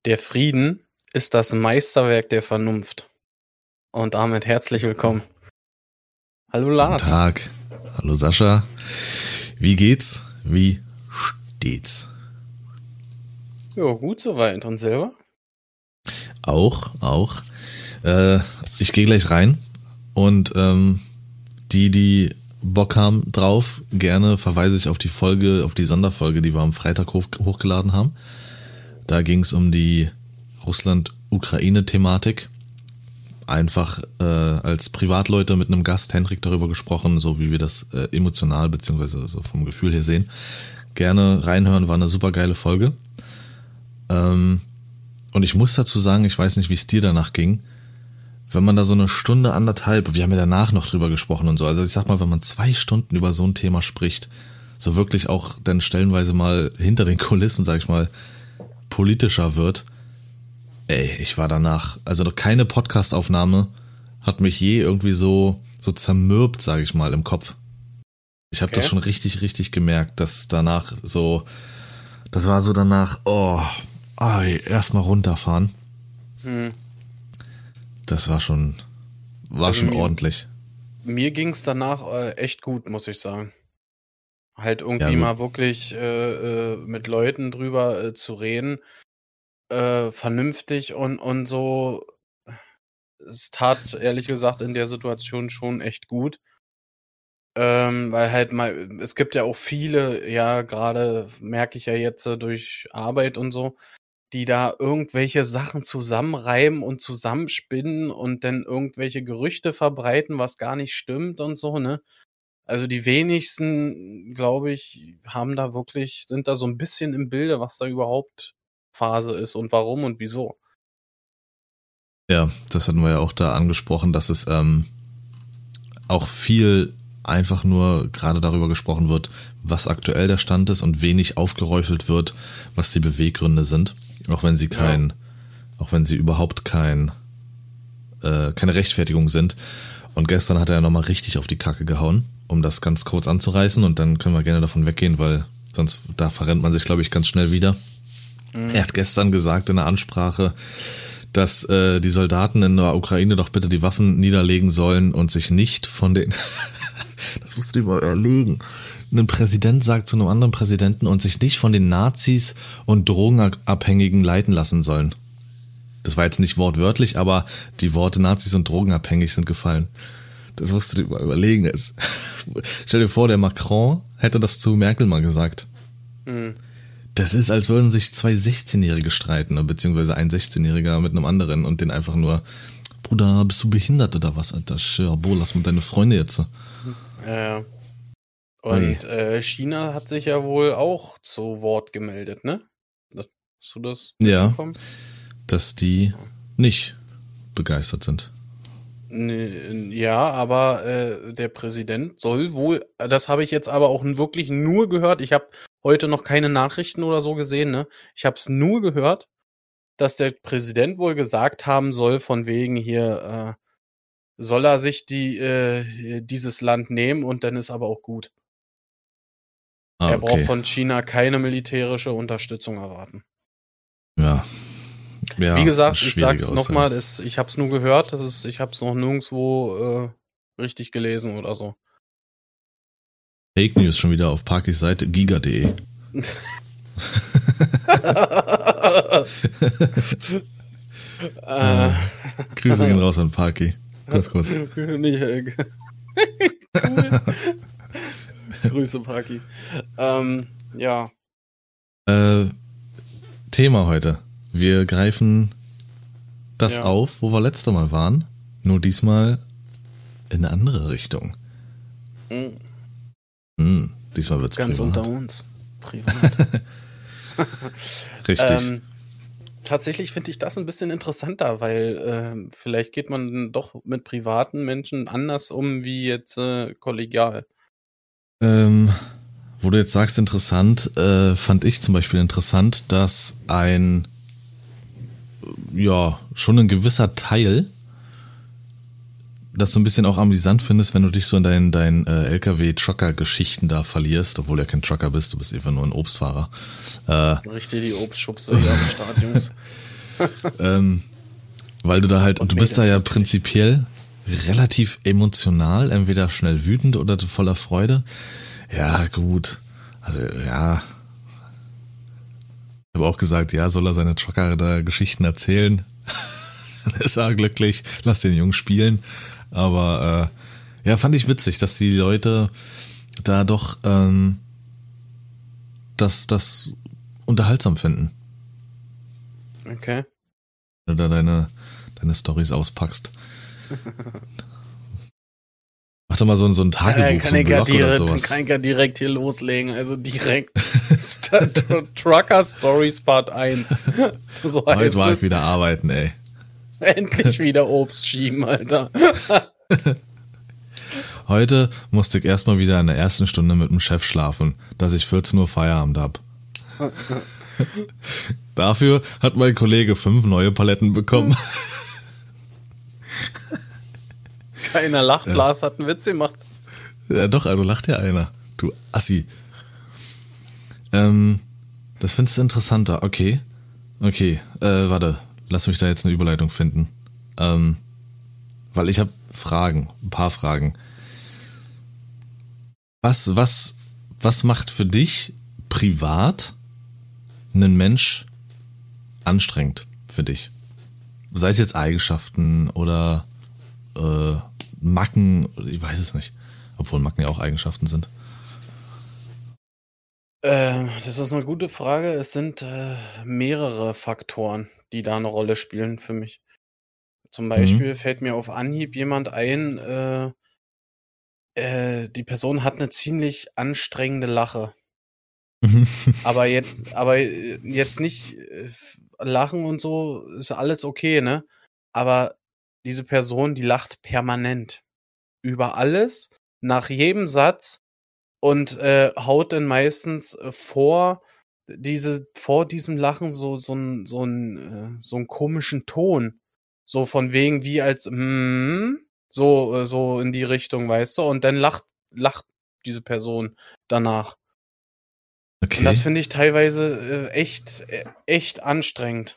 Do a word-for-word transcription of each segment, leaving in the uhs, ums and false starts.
Der Frieden ist das Meisterwerk der Vernunft. Und damit herzlich willkommen. Hallo Lars. Guten Tag. Hallo Sascha. Wie geht's? Wie steht's? Ja, gut soweit. Und selber? Auch, auch. Äh, ich gehe gleich rein und ähm, die, die Bock haben drauf, gerne verweise ich auf die Folge, auf die Sonderfolge, die wir am Freitag hoch, hochgeladen haben. Da ging es um die Russland-Ukraine-Thematik. Einfach äh, als Privatleute mit einem Gast, Hendrik, darüber gesprochen, so wie wir das äh, emotional beziehungsweise so vom Gefühl her sehen. Gerne reinhören, war eine super geile Folge. Ähm, und ich muss dazu sagen, ich weiß nicht, wie es dir danach ging, wenn man da so eine Stunde, anderthalb, wir haben ja danach noch drüber gesprochen und so, also ich sag mal, wenn man zwei Stunden über so ein Thema spricht, so wirklich auch dann stellenweise mal hinter den Kulissen, sag ich mal, politischer wird, ey, ich war danach, also noch keine Podcastaufnahme hat mich je irgendwie so so zermürbt, sag ich mal, im Kopf. Ich habe Okay. das schon richtig, richtig gemerkt, dass danach so, das war so danach, oh, ey, erstmal runterfahren. Hm. Das war schon, war Also schon mir- ordentlich. Mir ging's danach äh, echt gut, muss ich sagen. Halt irgendwie Ja, gut. mal wirklich äh, äh, mit Leuten drüber äh, zu reden, äh, vernünftig und, und so. Es tat ehrlich gesagt in der Situation schon echt gut. Ähm, weil halt mal, es gibt ja auch viele, ja, gerade merke ich ja jetzt äh, durch Arbeit und so, die da irgendwelche Sachen zusammenreiben und zusammenspinnen und dann irgendwelche Gerüchte verbreiten, was gar nicht stimmt und so, ne? Also die wenigsten, glaube ich, haben da wirklich, sind da so ein bisschen im Bilde, was da überhaupt Phase ist und warum und wieso. Ja, das hatten wir ja auch da angesprochen, dass es ähm, auch viel einfach nur gerade darüber gesprochen wird, was aktuell der Stand ist und wenig aufgeräufelt wird, was die Beweggründe sind, auch wenn sie kein, ja. auch wenn sie überhaupt kein, äh, keine Rechtfertigung sind. Und gestern hat er ja nochmal richtig auf die Kacke gehauen, um das ganz kurz anzureißen und dann können wir gerne davon weggehen, weil sonst da verrennt man sich, glaube ich, ganz schnell wieder. Mhm. Er hat gestern gesagt in einer Ansprache, dass äh, die Soldaten in der Ukraine doch bitte die Waffen niederlegen sollen und sich nicht von den, das musst du dir mal erlegen, ein Präsident sagt zu einem anderen Präsidenten und sich nicht von den Nazis und Drogenabhängigen leiten lassen sollen. Das war jetzt nicht wortwörtlich, aber die Worte Nazis und drogenabhängig sind gefallen. Das musst du dir mal überlegen. Das, stell dir vor, der Macron hätte das zu Merkel mal gesagt. Mhm. Das ist, als würden sich zwei sechzehnjährige streiten, beziehungsweise ein sechzehnjähriger mit einem anderen und den einfach nur, Bruder, bist du behindert oder was, Alter? Boah, lass mal deine Freunde jetzt. Ja. Und äh, China hat sich ja wohl auch zu Wort gemeldet, ne? Hast du das Ja, mitbekommen? dass die nicht begeistert sind. N- Ja, aber äh, der Präsident soll wohl, das habe ich jetzt aber auch wirklich nur gehört, ich habe heute noch keine Nachrichten oder so gesehen, ne? Ich habe es nur gehört, dass der Präsident wohl gesagt haben soll, von wegen hier, äh, soll er sich die äh, dieses Land nehmen und dann ist aber auch gut. Ah, Er braucht okay. von China keine militärische Unterstützung erwarten. Ja. Ja, Wie gesagt, ich schwierige sag's Aussage. nochmal, ich hab's nur gehört, das ist, ich hab's noch nirgendwo äh, richtig gelesen oder so. Fake News schon wieder auf Parkys Seite giga punkt de. äh, Grüße gehen raus an Parky. Kuss, kuss. Nicht, äh, Grüße, Paki. Ähm, ja. Äh, Thema heute. Wir greifen das Ja. auf, wo wir letztes Mal waren, nur diesmal in eine andere Richtung. Mhm. Hm, diesmal wird's Ganz privat. unter uns. Privat. Richtig. Ähm, tatsächlich finde ich das ein bisschen interessanter, weil äh, vielleicht geht man doch mit privaten Menschen anders um wie jetzt äh, kollegial. Ähm, wo du jetzt sagst interessant, äh, fand ich zum Beispiel interessant, dass ein, ja, schon ein gewisser Teil, das so ein bisschen auch amüsant findest, wenn du dich so in deinen, deinen äh, L K W-Trucker-Geschichten da verlierst, obwohl du ja kein Trucker bist, du bist einfach nur ein Obstfahrer. Äh, Richtig, die Obstschubse hier am Start, Jungs. ähm, weil du da halt, und du bist da ja prinzipiell relativ emotional, entweder schnell wütend oder voller Freude. Ja, gut. Also, ja. Ich habe auch gesagt, ja, soll er seine Trucker da Geschichten erzählen? Dann ist er glücklich, lass den Jungen spielen. Aber äh, ja, fand ich witzig, dass die Leute da doch ähm, das, das unterhaltsam finden. Okay. Wenn du da deine, deine Storys auspackst. Mach doch mal so, so ein Tagebuch, so ein Blog oder sowas. Kann ich ja direkt hier loslegen, also direkt Trucker Stories Part eins. So Heute war ich wieder arbeiten, ey. Endlich wieder Obst schieben, Alter. Heute musste ich erstmal wieder in der ersten Stunde mit dem Chef schlafen, dass ich vierzehn Uhr Feierabend hab. Dafür hat mein Kollege fünf neue Paletten bekommen. Keiner lacht, ja. Lars hat einen Witz gemacht. Ja doch, also lacht ja einer. Du Assi. Ähm, das findest du interessanter. Okay. Okay, äh, warte. Lass mich da jetzt eine Überleitung finden. Ähm, weil ich habe Fragen, ein paar Fragen. Was, was, was macht für dich privat einen Mensch anstrengend für dich? Sei es jetzt Eigenschaften oder äh, Macken, ich weiß es nicht. Obwohl Macken ja auch Eigenschaften sind. Äh, das ist eine gute Frage. Es sind äh, mehrere Faktoren, die da eine Rolle spielen für mich. Zum Beispiel mhm. fällt mir auf Anhieb jemand ein, äh, äh, die Person hat eine ziemlich anstrengende Lache. aber jetzt, aber jetzt nicht äh, lachen und so, ist alles okay, ne? Aber diese Person, die lacht permanent. Über alles, nach jedem Satz und äh, haut dann meistens vor diese, vor diesem Lachen so, so ein, so ein, äh, so einen komischen Ton. So von wegen wie als, mm, so, äh, so in die Richtung, weißt du? Und dann lacht, lacht diese Person danach. Okay. Und das finde ich teilweise äh, echt, äh, echt anstrengend.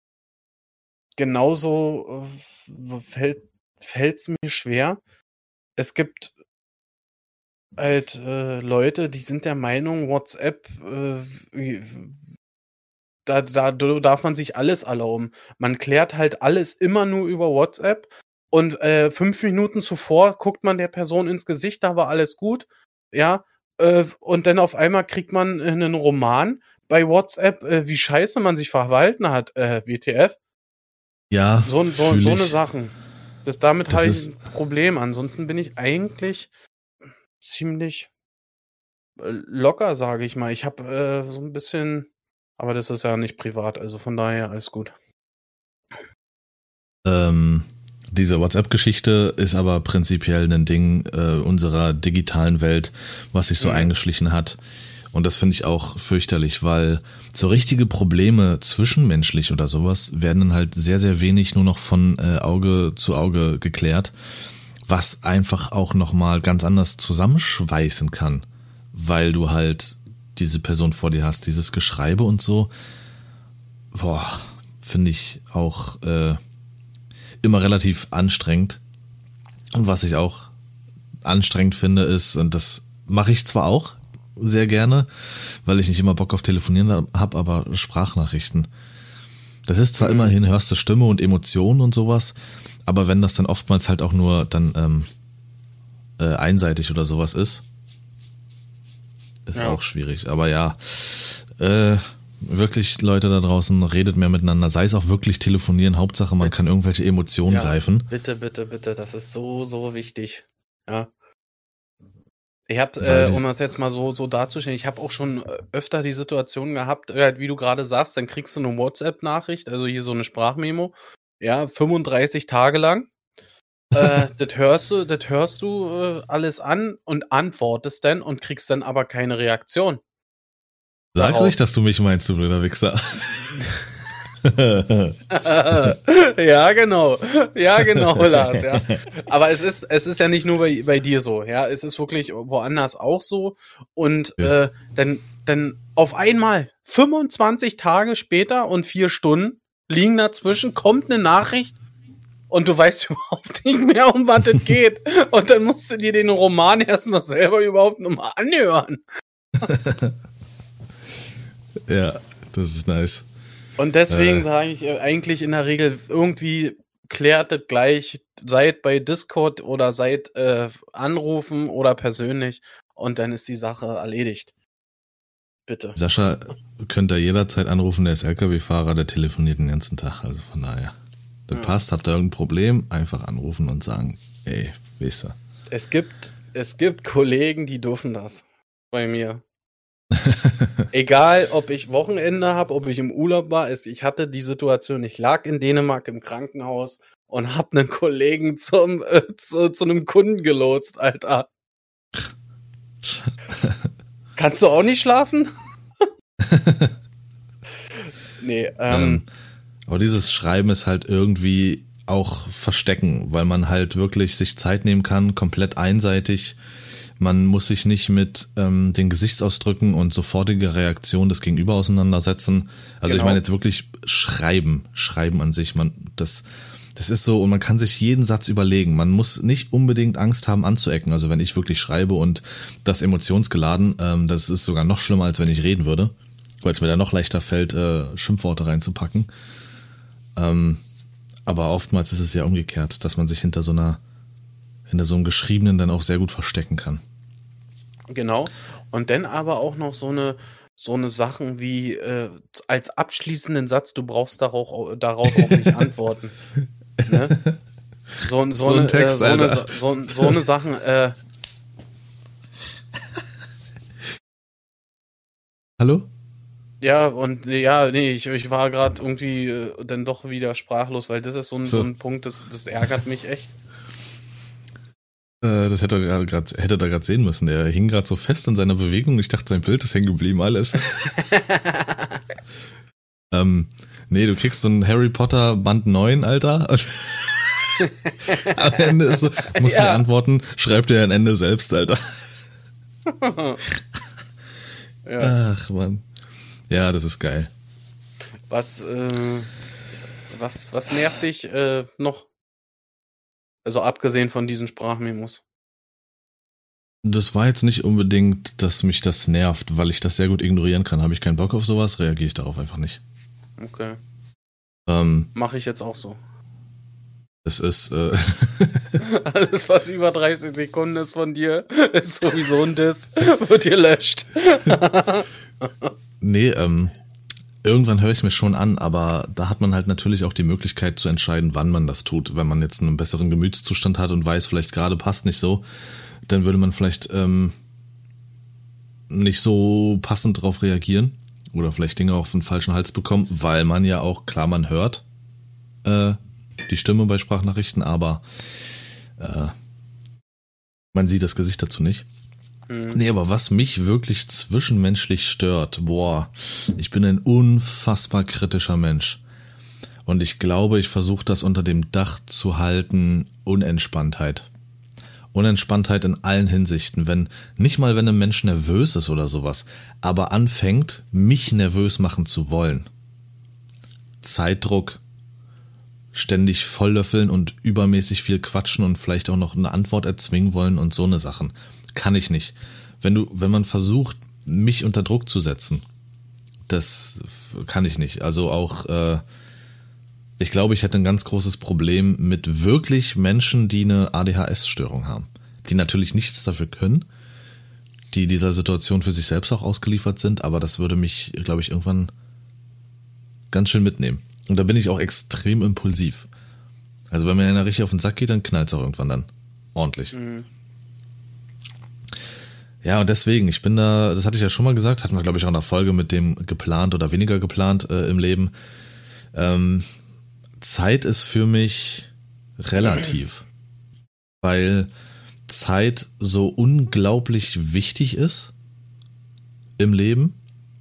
Genauso äh, fällt, fällt's mir schwer. Es gibt halt äh, Leute, die sind der Meinung, WhatsApp, äh, da, da darf man sich alles erlauben. Man klärt halt alles immer nur über WhatsApp und äh, fünf Minuten zuvor guckt man der Person ins Gesicht, da war alles gut, ja, äh, und dann auf einmal kriegt man einen Roman bei WhatsApp, äh, wie scheiße man sich verhalten hat, äh, W T F. Ja, so, so, so eine ich. Sachen. Das damit Das habe ich ist- ein Problem. Ansonsten bin ich eigentlich ziemlich äh, locker, sage ich mal. Ich habe äh, so ein bisschen, aber das ist ja nicht privat, also von daher alles gut. Ähm, diese WhatsApp-Geschichte ist aber prinzipiell ein Ding äh, unserer digitalen Welt, was sich so Mhm. eingeschlichen hat. Und das finde ich auch fürchterlich, weil so richtige Probleme zwischenmenschlich oder sowas werden dann halt sehr, sehr wenig nur noch von äh, Auge zu Auge geklärt, was einfach auch nochmal ganz anders zusammenschweißen kann, weil du halt diese Person vor dir hast, dieses Geschreibe und so. Boah, finde ich auch äh, immer relativ anstrengend. Und was ich auch anstrengend finde ist, und das mache ich zwar auch sehr gerne, weil ich nicht immer Bock auf Telefonieren habe, aber Sprachnachrichten. Das ist zwar Mhm. immerhin, hörst du Stimme und Emotionen und sowas, aber wenn das dann oftmals halt auch nur dann ähm, äh, einseitig oder sowas ist, ist Ja. auch schwierig. Aber ja, äh, wirklich, Leute da draußen, redet mehr miteinander, sei es auch wirklich telefonieren, Hauptsache man kann irgendwelche Emotionen Ja, greifen. bitte, bitte, bitte, das ist so, so wichtig. Ja. Ich hab, Weil äh, die- um das jetzt mal so, so darzustellen, ich habe auch schon äh, öfter die Situation gehabt, äh, wie du gerade sagst, dann kriegst du eine WhatsApp-Nachricht, also hier so eine Sprachmemo, ja, fünfunddreißig Tage lang. äh, das hörst du, das hörst du äh, alles an und antwortest dann und kriegst dann aber keine Reaktion. Sag darauf. ruhig, dass du mich meinst, du blöder Wichser. Ja, genau. Ja, genau, Lars, ja. Aber es ist, es ist ja nicht nur bei, bei dir so, ja. Es ist wirklich woanders auch so. Und Ja. äh, dann, dann auf einmal, fünfundzwanzig Tage später und vier Stunden, liegen dazwischen, kommt eine Nachricht und du weißt überhaupt nicht mehr, um was es geht. Und dann musst du dir den Roman erstmal selber überhaupt nochmal anhören. Ja, das ist nice. Und deswegen Äh. sage ich äh, eigentlich in der Regel irgendwie klärt es gleich, seid bei Discord oder seid äh, anrufen oder persönlich und dann ist die Sache erledigt. Bitte. Sascha könnt ihr jederzeit anrufen, der ist L K W-Fahrer, der telefoniert den ganzen Tag, also von daher. Das ja. passt, habt ihr irgendein Problem, einfach anrufen und sagen, ey, weißt du. Es gibt, es gibt Kollegen, die dürfen das bei mir. Egal, ob ich Wochenende habe, ob ich im Urlaub war, ich hatte die Situation, ich lag in Dänemark im Krankenhaus und hab einen Kollegen zum äh, zu, zu einem Kunden gelotst, Alter. Kannst du auch nicht schlafen? Nee, ähm, ähm. Aber dieses Schreiben ist halt irgendwie auch Verstecken, weil man halt wirklich sich Zeit nehmen kann, komplett einseitig. Man muss sich nicht mit ähm, den Gesichtsausdrücken und sofortiger Reaktion des Gegenüber auseinandersetzen. Also genau. Ich meine jetzt wirklich schreiben, schreiben an sich. Man das das ist so und man kann sich jeden Satz überlegen. Man muss nicht unbedingt Angst haben anzuecken. Also wenn ich wirklich schreibe und das emotionsgeladen, ähm, das ist sogar noch schlimmer, als wenn ich reden würde, weil es mir dann noch leichter fällt, äh, Schimpfworte reinzupacken. Ähm, aber oftmals ist es ja umgekehrt, dass man sich hinter so einer hinter so einem Geschriebenen dann auch sehr gut verstecken kann. Genau. Und dann aber auch noch so eine so eine Sachen wie äh, als abschließenden Satz, du brauchst darauf, darauf auch nicht antworten. Ne? So, so, so, eine, ein Text, äh, so, eine, so, so eine Sachen. Äh, Hallo? Ja, und ja, nee, ich, ich war gerade irgendwie äh, dann doch wieder sprachlos, weil das ist so ein, so. so ein Punkt, das, das ärgert mich echt. Das hätte er gerade hätte er gerade sehen müssen. Er hing gerade so fest in seiner Bewegung. Ich dachte, sein Bild ist hängen geblieben, alles. ähm, nee, du kriegst so ein Harry Potter Band neun, Alter. Am Ende ist so, musst du ja. antworten, schreib dir ein Ende selbst, Alter. Ja. Ach, Mann. Ja, das ist geil. Was, äh, was, was nervt dich äh, noch? Also abgesehen von diesen Sprachmemos. Das war jetzt nicht unbedingt, dass mich das nervt, weil ich das sehr gut ignorieren kann. Habe ich keinen Bock auf sowas, reagiere ich darauf einfach nicht. Okay. Ähm, Mache ich jetzt auch so. Es ist äh alles, was über dreißig Sekunden ist von dir, ist sowieso ein Diss, wird gelöscht. Nee, ähm, irgendwann höre ich es mir schon an, aber da hat man halt natürlich auch die Möglichkeit zu entscheiden, wann man das tut. Wenn man jetzt einen besseren Gemütszustand hat und weiß, vielleicht gerade passt nicht so, dann würde man vielleicht ähm, nicht so passend drauf reagieren oder vielleicht Dinge auf den falschen Hals bekommen, weil man ja auch, klar, man hört äh, die Stimme bei Sprachnachrichten, aber äh, man sieht das Gesicht dazu nicht. Mhm. Nee, aber was mich wirklich zwischenmenschlich stört, boah, ich bin ein unfassbar kritischer Mensch. Und ich glaube, ich versuche das unter dem Dach zu halten, Unentspanntheit. Unentspanntheit in allen Hinsichten. Wenn, nicht mal wenn ein Mensch nervös ist oder sowas, aber anfängt, mich nervös machen zu wollen. Zeitdruck, ständig volllöffeln und übermäßig viel quatschen und vielleicht auch noch eine Antwort erzwingen wollen und so eine Sachen. Kann ich nicht. Wenn du, wenn man versucht, mich unter Druck zu setzen, das kann ich nicht. Also auch, äh, ich glaube, ich hätte ein ganz großes Problem mit wirklich Menschen, die eine A D H S-Störung haben. Die natürlich nichts dafür können, die dieser Situation für sich selbst auch ausgeliefert sind, aber das würde mich, glaube ich, irgendwann ganz schön mitnehmen. Und da bin ich auch extrem impulsiv. Also wenn mir einer richtig auf den Sack geht, dann knallt es auch irgendwann dann. Ordentlich. Mhm. Ja, und deswegen, ich bin da, das hatte ich ja schon mal gesagt, hatten wir, glaube ich, auch in der Folge mit dem geplant oder weniger geplant äh, im Leben. Ähm, Zeit ist für mich relativ, weil Zeit so unglaublich wichtig ist im Leben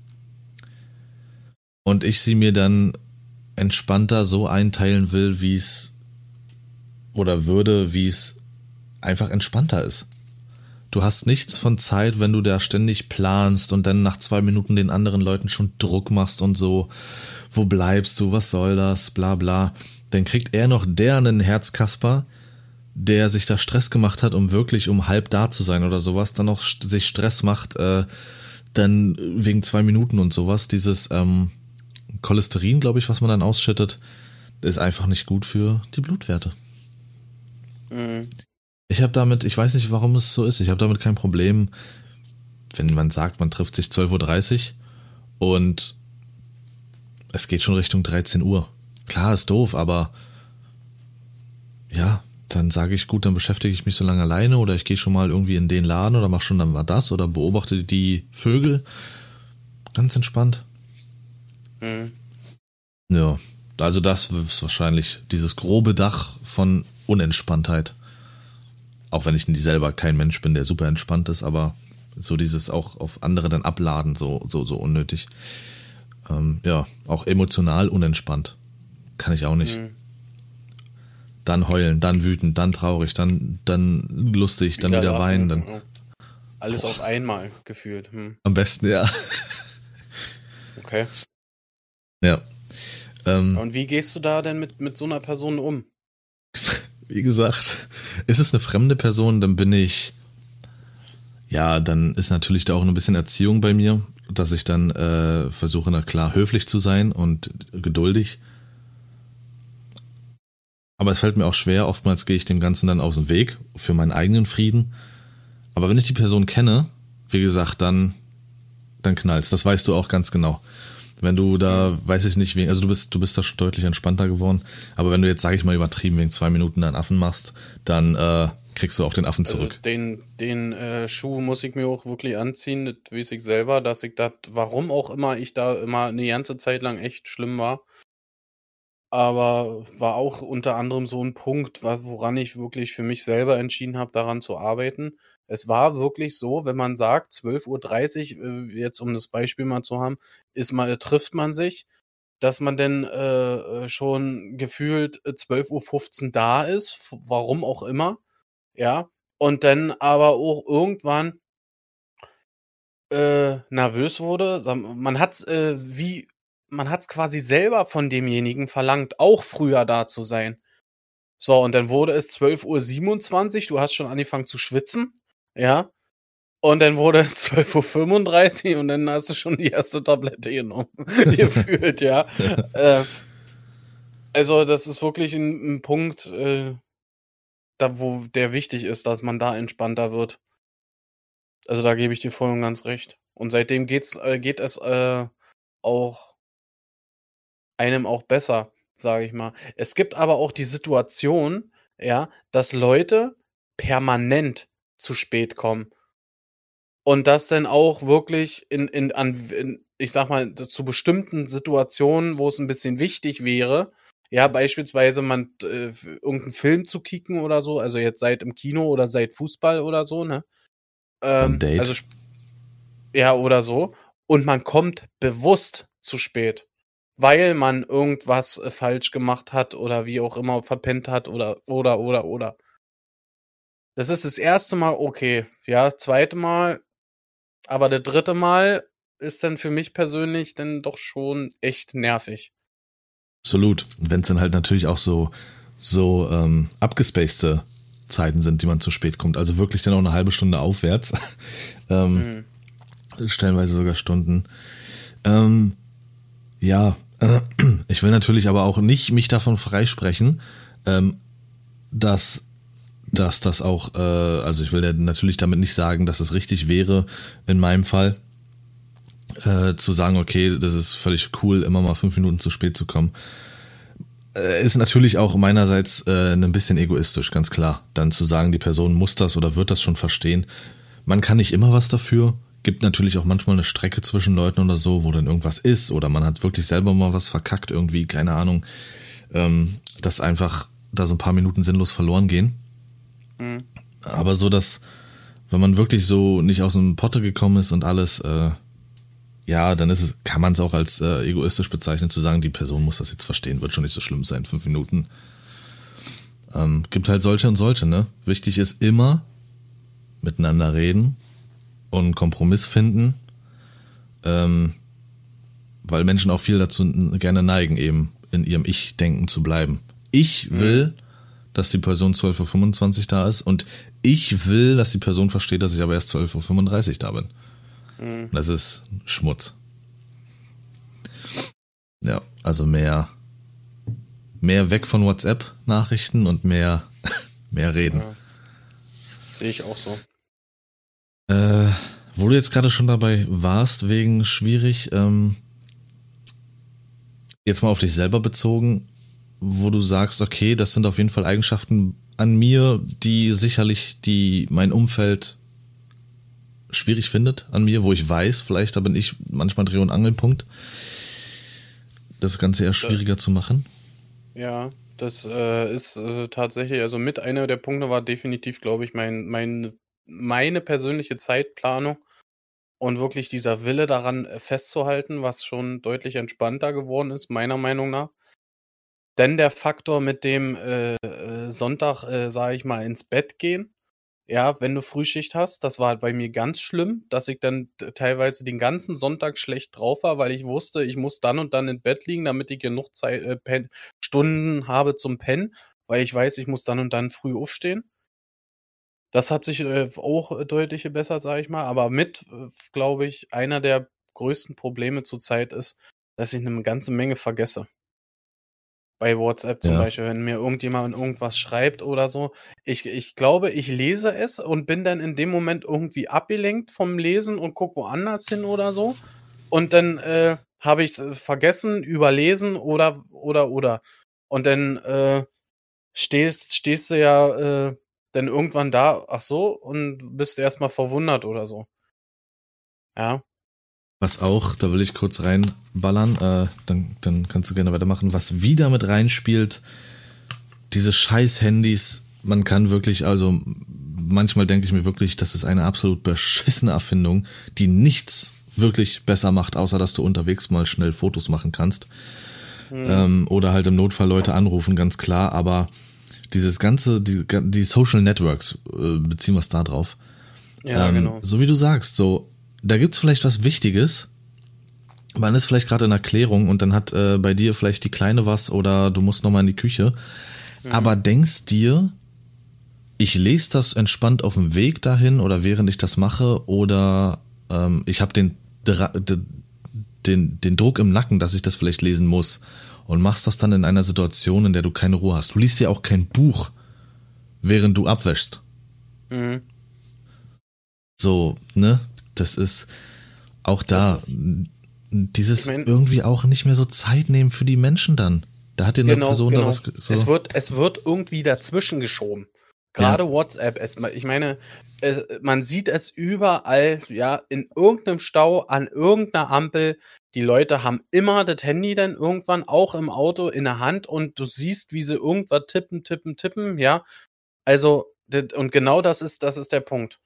und ich sie mir dann entspannter so einteilen will, wie es oder würde, wie es einfach entspannter ist. du hast nichts von Zeit, wenn du da ständig planst und dann nach zwei Minuten den anderen Leuten schon Druck machst und so, wo bleibst du, was soll das, bla bla. Dann kriegt er noch der einen Herzkasper, der sich da Stress gemacht hat, um wirklich um halb da zu sein oder sowas, dann noch sich Stress macht, äh, dann wegen zwei Minuten und sowas. Dieses ähm, Cholesterin, glaube ich, was man dann ausschüttet, ist einfach nicht gut für die Blutwerte. Mhm. Ich habe damit, ich weiß nicht, warum es so ist, ich habe damit kein Problem, wenn man sagt, man trifft sich zwölf Uhr dreißig und es geht schon Richtung dreizehn Uhr. Klar, ist doof, aber ja, dann sage ich, gut, dann beschäftige ich mich so lange alleine oder ich gehe schon mal irgendwie in den Laden oder mache schon dann mal das oder beobachte die Vögel. Ganz entspannt. Mhm. Ja, also das ist wahrscheinlich dieses grobe Dach von Unentspanntheit. Auch wenn ich nie selber kein Mensch bin, der super entspannt ist, aber so dieses auch auf andere dann abladen, so, so, so unnötig. Ähm, ja, auch emotional unentspannt. Kann ich auch nicht. Mhm. Dann heulen, dann wütend, dann traurig, dann, dann lustig, dann wieder weinen. Dann alles Boah. Auf einmal gefühlt. Hm. Am besten, ja. Okay. Ja. Ähm, Und wie gehst du da denn mit, mit so einer Person um? Wie gesagt, ist es eine fremde Person, dann bin ich, ja, dann ist natürlich da auch ein bisschen Erziehung bei mir, dass ich dann äh, versuche, na klar, höflich zu sein und geduldig. Aber es fällt mir auch schwer, oftmals gehe ich dem Ganzen dann aus dem Weg für meinen eigenen Frieden. Aber wenn ich die Person kenne, wie gesagt, dann, dann knallt's. Das weißt du auch ganz genau. Wenn du da, weiß ich nicht, also du bist, du bist da schon deutlich entspannter geworden. Aber wenn du jetzt, sage ich mal, übertrieben wegen zwei Minuten einen Affen machst, dann äh, kriegst du auch den Affen zurück. Also den den äh, Schuh muss ich mir auch wirklich anziehen, das weiß ich selber, dass ich das, warum auch immer ich da immer eine ganze Zeit lang echt schlimm war. Aber war auch unter anderem so ein Punkt, woran ich wirklich für mich selber entschieden habe, daran zu arbeiten. Es war wirklich so, wenn man sagt, zwölf Uhr dreißig, jetzt um das Beispiel mal zu haben, ist mal, trifft man sich, dass man dann äh, schon gefühlt zwölf Uhr fünfzehn da ist, warum auch immer, ja, und dann aber auch irgendwann äh, nervös wurde. Man hat's äh, wie man hat's quasi selber von demjenigen verlangt, auch früher da zu sein. So, und dann wurde es zwölf Uhr siebenundzwanzig, du hast schon angefangen zu schwitzen, ja, und dann wurde es zwölf Uhr fünfunddreißig und dann hast du schon die erste Tablette genommen, gefühlt, ja. äh, also das ist wirklich ein, ein Punkt, äh, da wo der wichtig ist, dass man da entspannter wird. Also da gebe ich dir voll und ganz recht. Und seitdem geht's, äh, geht es äh, auch einem auch besser, sage ich mal. Es gibt aber auch die Situation, ja, dass Leute permanent zu spät kommen. Und das dann auch wirklich in, in, an, in, ich sag mal, zu bestimmten Situationen, wo es ein bisschen wichtig wäre, ja, beispielsweise man äh, irgendeinen Film zu kicken oder so, also jetzt seit im Kino oder seit Fußball oder so, ne? Ähm, Ein Date. Also, ja, oder so. Und man kommt bewusst zu spät, weil man irgendwas äh, falsch gemacht hat oder wie auch immer verpennt hat oder, oder, oder, oder. Das ist das erste Mal okay. Ja, zweite Mal, aber der dritte Mal ist dann für mich persönlich dann doch schon echt nervig. Absolut. Wenn es dann halt natürlich auch so, so ähm, abgespacede Zeiten sind, die man zu spät kommt. Also wirklich dann auch eine halbe Stunde aufwärts. ähm, mhm. Stellenweise sogar Stunden. Ähm, ja, äh, ich will natürlich aber auch nicht mich davon freisprechen, ähm, dass, dass das auch, äh, also ich will ja natürlich damit nicht sagen, dass es richtig wäre, in meinem Fall, äh, zu sagen, okay, das ist völlig cool, immer mal fünf Minuten zu spät zu kommen. Ist natürlich auch meinerseits äh, ein bisschen egoistisch, ganz klar. Dann zu sagen, die Person muss das oder wird das schon verstehen. Man kann nicht immer was dafür. Gibt natürlich auch manchmal eine Strecke zwischen Leuten oder so, wo dann irgendwas ist oder man hat wirklich selber mal was verkackt irgendwie, keine Ahnung. Ähm, dass einfach da so ein paar Minuten sinnlos verloren gehen. Mhm. Aber so, dass, wenn man wirklich so nicht aus dem Potte gekommen ist und alles, äh, ja, dann ist es, kann man es auch als äh, egoistisch bezeichnen, zu sagen, die Person muss das jetzt verstehen, wird schon nicht so schlimm sein, fünf Minuten. Ähm, gibt halt solche und solche, ne? Wichtig ist immer, miteinander reden und einen Kompromiss finden, ähm, weil Menschen auch viel dazu gerne neigen, eben in ihrem Ich-Denken zu bleiben. Ich will, mhm. dass die Person zwölf Uhr fünfundzwanzig da ist und ich will, dass die Person versteht, dass ich aber erst zwölf Uhr fünfunddreißig da bin. Mhm. Das ist Schmutz. Ja, also mehr, mehr weg von WhatsApp-Nachrichten und mehr, mehr reden. Ja. Sehe ich auch so. Äh, wo du jetzt gerade schon dabei warst, wegen schwierig, ähm, jetzt mal auf dich selber bezogen, wo du sagst, okay, das sind auf jeden Fall Eigenschaften an mir, die sicherlich die mein Umfeld schwierig findet an mir, wo ich weiß, vielleicht da bin ich manchmal Dreh- und Angelpunkt, das Ganze eher schwieriger zu machen. Ja, das äh, ist äh, tatsächlich, also mit einer der Punkte war definitiv, glaube ich, mein, mein, meine persönliche Zeitplanung und wirklich dieser Wille daran äh, festzuhalten, was schon deutlich entspannter geworden ist, meiner Meinung nach. Denn der Faktor mit dem äh, äh, Sonntag, äh, sage ich mal, ins Bett gehen, ja, wenn du Frühschicht hast, das war bei mir ganz schlimm, dass ich dann t- teilweise den ganzen Sonntag schlecht drauf war, weil ich wusste, ich muss dann und dann im Bett liegen, damit ich genug Zeit, äh, pen- Stunden habe zum Pennen, weil ich weiß, ich muss dann und dann früh aufstehen. Das hat sich äh, auch äh, deutlich gebessert, sage ich mal, aber mit, äh, glaube ich, einer der größten Probleme zurzeit ist, dass ich eine ganze Menge vergesse. Bei WhatsApp zum Ja. Beispiel, wenn mir irgendjemand irgendwas schreibt oder so. Ich, ich glaube, ich lese es und bin dann in dem Moment irgendwie abgelenkt vom Lesen und gucke woanders hin oder so. Und dann äh, habe ich es vergessen, überlesen oder, oder, oder. Und dann äh, stehst, stehst du ja äh, dann irgendwann da, ach so, und bist erstmal verwundert oder so. Ja. Was auch, da will ich kurz reinballern, äh, dann, dann kannst du gerne weitermachen, was wieder mit reinspielt, diese scheiß Handys, man kann wirklich, also manchmal denke ich mir wirklich, das ist eine absolut beschissene Erfindung, die nichts wirklich besser macht, außer dass du unterwegs mal schnell Fotos machen kannst. Mhm. Ähm, oder halt im Notfall Leute anrufen, ganz klar, aber dieses ganze, die, die Social Networks, äh, beziehen wir es da drauf. Ja, ähm, genau. So wie du sagst, so, da gibt's vielleicht was Wichtiges, man ist vielleicht gerade in Erklärung und dann hat äh, bei dir vielleicht die Kleine was oder du musst nochmal in die Küche, mhm. aber denkst dir, ich lese das entspannt auf dem Weg dahin oder während ich das mache oder ähm, ich habe den, den, den Druck im Nacken, dass ich das vielleicht lesen muss und machst das dann in einer Situation, in der du keine Ruhe hast. Du liest ja auch kein Buch, während du abwäschst. Mhm. So, ne? Das ist auch da ist, dieses ich mein, irgendwie auch nicht mehr so Zeit nehmen für die Menschen dann. Da hat dir eine genau, Person genau. da was... So. Es wird, es wird irgendwie dazwischen geschoben. Gerade ja. WhatsApp. Es, ich meine, es, man sieht es überall, ja, in irgendeinem Stau, an irgendeiner Ampel. Die Leute haben immer das Handy dann irgendwann auch im Auto in der Hand und du siehst, wie sie irgendwas tippen, tippen, tippen, ja. Also, und genau das ist, das ist der Punkt.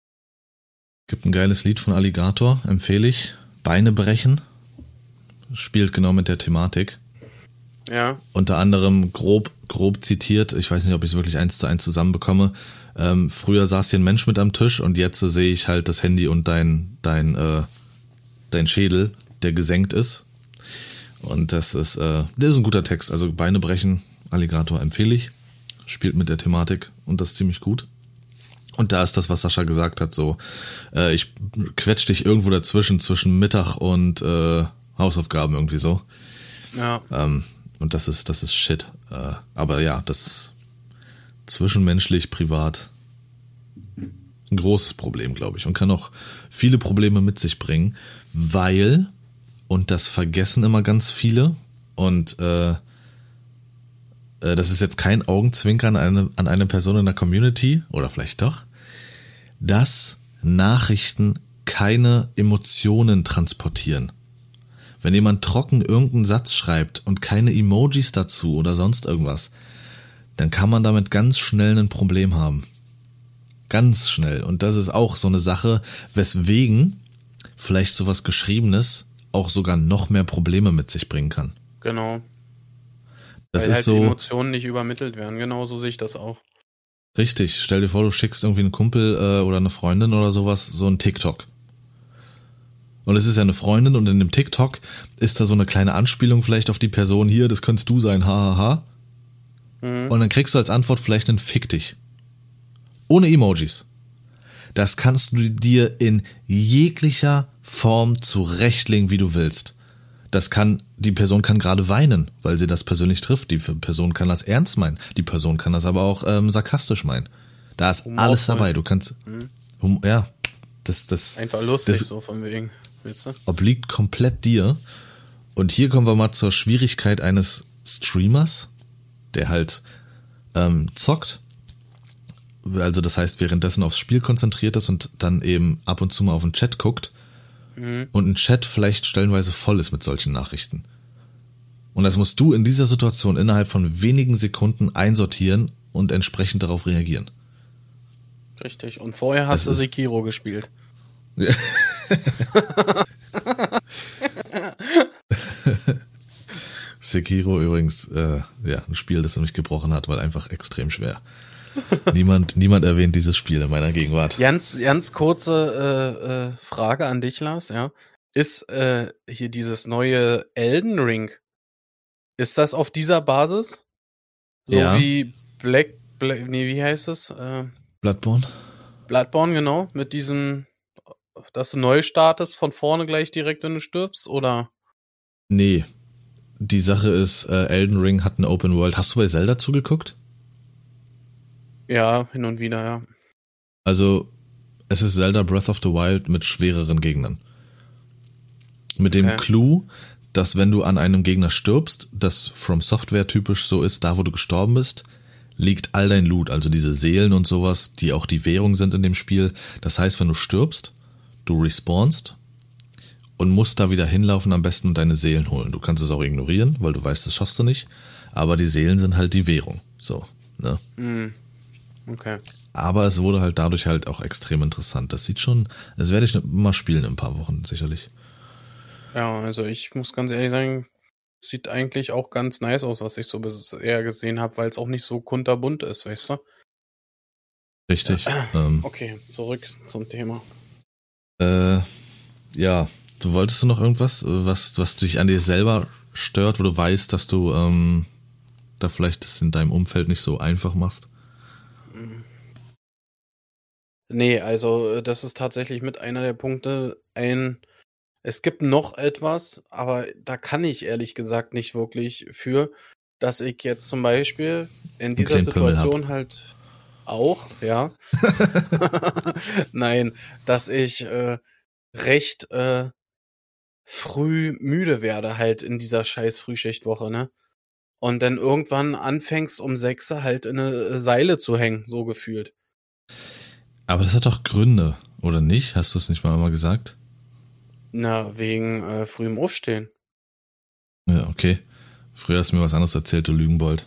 Gibt ein geiles Lied von Alligator, empfehle ich. Beine brechen. Spielt genau mit der Thematik. Ja. Unter anderem grob, grob zitiert, ich weiß nicht, ob ich es wirklich eins zu eins zusammenbekomme. Ähm, früher saß hier ein Mensch mit am Tisch und jetzt äh, sehe ich halt das Handy und dein, dein, äh, dein Schädel, der gesenkt ist. Und das ist, äh, das ist ein guter Text. Also Beine brechen, Alligator empfehle ich. Spielt mit der Thematik und das ziemlich gut. Und da ist das, was Sascha gesagt hat, so, äh, ich quetsch dich irgendwo dazwischen, zwischen Mittag und äh, Hausaufgaben irgendwie so. Ja. Ähm, und das ist, das ist Shit. Äh, aber ja, das ist zwischenmenschlich, privat ein großes Problem, glaube ich. Und kann auch viele Probleme mit sich bringen, weil, und das vergessen immer ganz viele, und äh, das ist jetzt kein Augenzwinkern an eine, an eine Person in der Community, oder vielleicht doch, dass Nachrichten keine Emotionen transportieren. Wenn jemand trocken irgendeinen Satz schreibt und keine Emojis dazu oder sonst irgendwas, dann kann man damit ganz schnell ein Problem haben. Ganz schnell. Und das ist auch so eine Sache, weswegen vielleicht sowas Geschriebenes auch sogar noch mehr Probleme mit sich bringen kann. Genau. Das Weil ist halt so, Emotionen nicht übermittelt werden. Genauso sehe ich das auch. Richtig, stell dir vor, du schickst irgendwie einen Kumpel äh, oder eine Freundin oder sowas, so ein TikTok. Und es ist ja eine Freundin und in dem TikTok ist da so eine kleine Anspielung vielleicht auf die Person hier, das könntest du sein, hahaha. Mhm. Und dann kriegst du als Antwort vielleicht einen Fick dich. Ohne Emojis. Das kannst du dir in jeglicher Form zurechtlegen, wie du willst. Das kann, die Person kann gerade weinen, weil sie das persönlich trifft. Die Person kann das ernst meinen. Die Person kann das aber auch ähm, sarkastisch meinen. Da ist Humor alles dabei. Voll. Du kannst, mhm. hum, ja, das, das. Einfach lustig, das, so von wegen. Weißt du? Obliegt komplett dir. Und hier kommen wir mal zur Schwierigkeit eines Streamers, der halt ähm, zockt. Also das heißt, währenddessen aufs Spiel konzentriert ist und dann eben ab und zu mal auf den Chat guckt mhm. und ein Chat vielleicht stellenweise voll ist mit solchen Nachrichten. Und das musst du in dieser Situation innerhalb von wenigen Sekunden einsortieren und entsprechend darauf reagieren. Richtig. Und vorher hast das du Sekiro gespielt. Ja. Sekiro übrigens, äh, ja, ein Spiel, das mich gebrochen hat, weil einfach extrem schwer. Niemand, niemand erwähnt dieses Spiel in meiner Gegenwart. Ganz, ganz kurze äh, äh, Frage an dich, Lars, ja. Ist äh, hier dieses neue Elden Ring, ist das auf dieser Basis? So ja. wie Black, Black, nee, wie heißt es? Äh, Bloodborne? Bloodborne, genau, mit diesem, dass du neu startest von vorne gleich direkt, wenn du stirbst, oder? Nee. Die Sache ist, äh, Elden Ring hat eine Open World. Hast du bei Zelda zugeguckt? Ja, hin und wieder, ja. Also, es ist Zelda Breath of the Wild mit schwereren Gegnern. Mit dem okay. Clou, dass wenn du an einem Gegner stirbst, das From Software typisch so ist, da wo du gestorben bist, liegt all dein Loot, also diese Seelen und sowas, die auch die Währung sind in dem Spiel. Das heißt, wenn du stirbst, du respawnst und musst da wieder hinlaufen am besten und deine Seelen holen. Du kannst es auch ignorieren, weil du weißt, das schaffst du nicht. Aber die Seelen sind halt die Währung. So, ne? Mhm. Okay. Aber es wurde halt dadurch halt auch extrem interessant. Das sieht schon, das werde ich mal spielen in ein paar Wochen, sicherlich. Ja, also ich muss ganz ehrlich sagen, sieht eigentlich auch ganz nice aus, was ich so bisher gesehen habe, weil es auch nicht so kunterbunt ist, weißt du? Richtig. Ja. Ähm, okay, zurück zum Thema. Äh, ja, du wolltest du noch irgendwas, was, was dich an dir selber stört, wo du weißt, dass du ähm, da vielleicht das in deinem Umfeld nicht so einfach machst? Nee, also das ist tatsächlich mit einer der Punkte ein, es gibt noch etwas, aber da kann ich ehrlich gesagt nicht wirklich für, dass ich jetzt zum Beispiel in dieser Situation halt auch, ja, nein, dass ich äh, recht äh, früh müde werde halt in dieser scheiß Frühschichtwoche, ne? Und dann irgendwann anfängst um sechs halt in eine Seile zu hängen, so gefühlt. Aber das hat doch Gründe, oder nicht? Hast du es nicht mal mal gesagt? Na, wegen äh, frühem Aufstehen. Ja, okay. Früher hast du mir was anderes erzählt, du Lügenbold.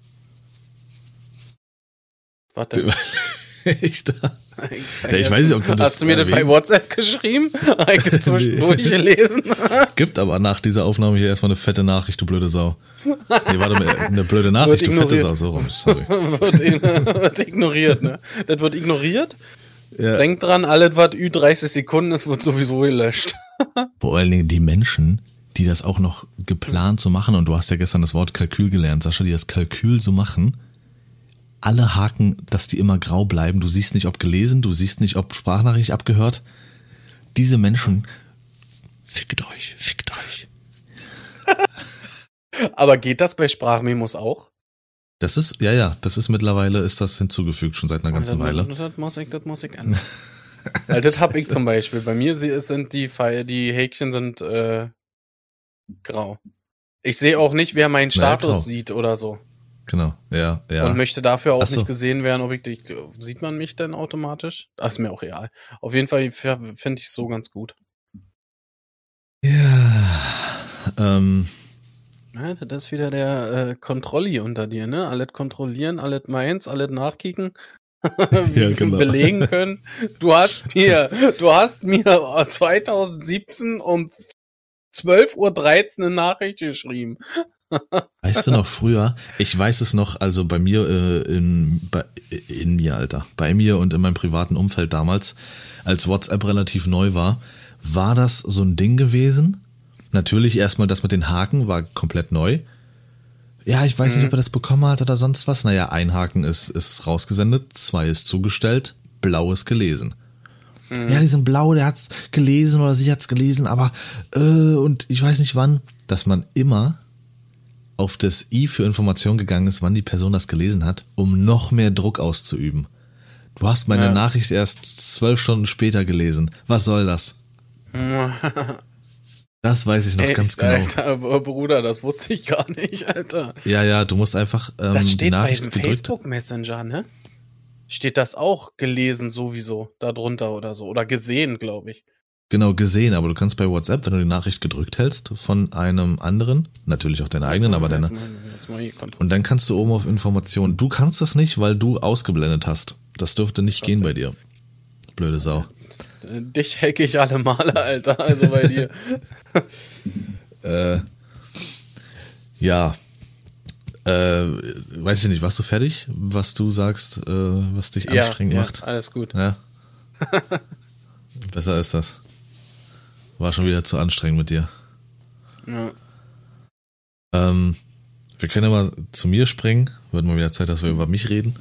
Warte. Ich da. Ja, ich weiß nicht, ob du das Hast du mir das bei WhatsApp geschrieben? Habe ich das zwischendurch gelesen? Gibt aber nach dieser Aufnahme hier erstmal eine fette Nachricht, du blöde Sau. Nee, warte mal, eine blöde Nachricht, du fette Sau, so rum, sorry. wird, wird ignoriert, ne? Das wird ignoriert. Ja. Denk dran, alles, was Ü dreißig Sekunden ist, wird sowieso gelöscht. Vor allen Dingen die Menschen, die das auch noch geplant so machen, und du hast ja gestern das Wort Kalkül gelernt, Sascha, die das Kalkül so machen, alle Haken, dass die immer grau bleiben. Du siehst nicht, ob gelesen, du siehst nicht, ob Sprachnachricht abgehört. Diese Menschen, fickt euch, fickt euch. Aber geht das bei Sprachmemos auch? Das ist, ja, ja, das ist mittlerweile, ist das hinzugefügt, schon seit einer ganzen das, Weile. Das muss ich, das muss ich ändern. Weil das hab ich zum Beispiel. Bei mir sind die Pfeile, die Häkchen sind äh, grau. Ich sehe auch nicht, wer meinen Status naja, sieht oder so. Genau, ja, ja. Und möchte dafür auch so. nicht gesehen werden, ob ich, sieht man mich denn automatisch? Das ist mir auch real. Auf jeden Fall finde ich es so ganz gut. Ja, ähm. Ja, das ist wieder der äh, Kontrolli unter dir, ne? Alles kontrollieren, alles meins, alles nachkicken, ja, genau. belegen können. Du hast mir, du hast mir zwanzig siebzehn um zwölf Uhr dreizehn eine Nachricht geschrieben. Weißt du noch früher? Ich weiß es noch, also bei mir äh, in, bei, in mir, Alter, bei mir und in meinem privaten Umfeld damals, als WhatsApp relativ neu war, war das so ein Ding gewesen. Natürlich erstmal das mit den Haken war komplett neu. Ja, ich weiß mhm. nicht, ob er das bekommen hat oder sonst was. Naja, ein Haken ist, ist rausgesendet, zwei ist zugestellt, blau ist gelesen. Mhm. Ja, diesen Blau, der hat's gelesen oder sie hat's gelesen, aber äh, und ich weiß nicht wann, dass man immer auf das I für Information gegangen ist, wann die Person das gelesen hat, um noch mehr Druck auszuüben. Du hast meine ja. Nachricht erst zwölf Stunden später gelesen. Was soll das? Das weiß ich noch Echt, ganz genau. Alter, Bruder, das wusste ich gar nicht, Alter. Ja, ja, du musst einfach ähm, das steht die Nachricht bei dem gedrückt. Facebook Messenger, ne? Steht das auch gelesen sowieso darunter oder so. Oder gesehen, glaube ich. Genau, gesehen, aber du kannst bei WhatsApp, wenn du die Nachricht gedrückt hältst von einem anderen, natürlich auch deine eigenen, aber deine. Und dann kannst du oben auf Informationen. Du kannst das nicht, weil du ausgeblendet hast. Das dürfte nicht gehen bei dir. Blöde Sau. Dich hacke ich alle Male, Alter, also bei dir. äh, ja. Äh, weiß ich nicht, warst du fertig, was du sagst, äh, was dich ja, anstrengend ja, macht? Alles gut. Ja. Besser ist das. War schon wieder zu anstrengend mit dir. Ja. Ähm, wir können ja mal zu mir springen. Wird mal wieder Zeit, dass wir über mich reden.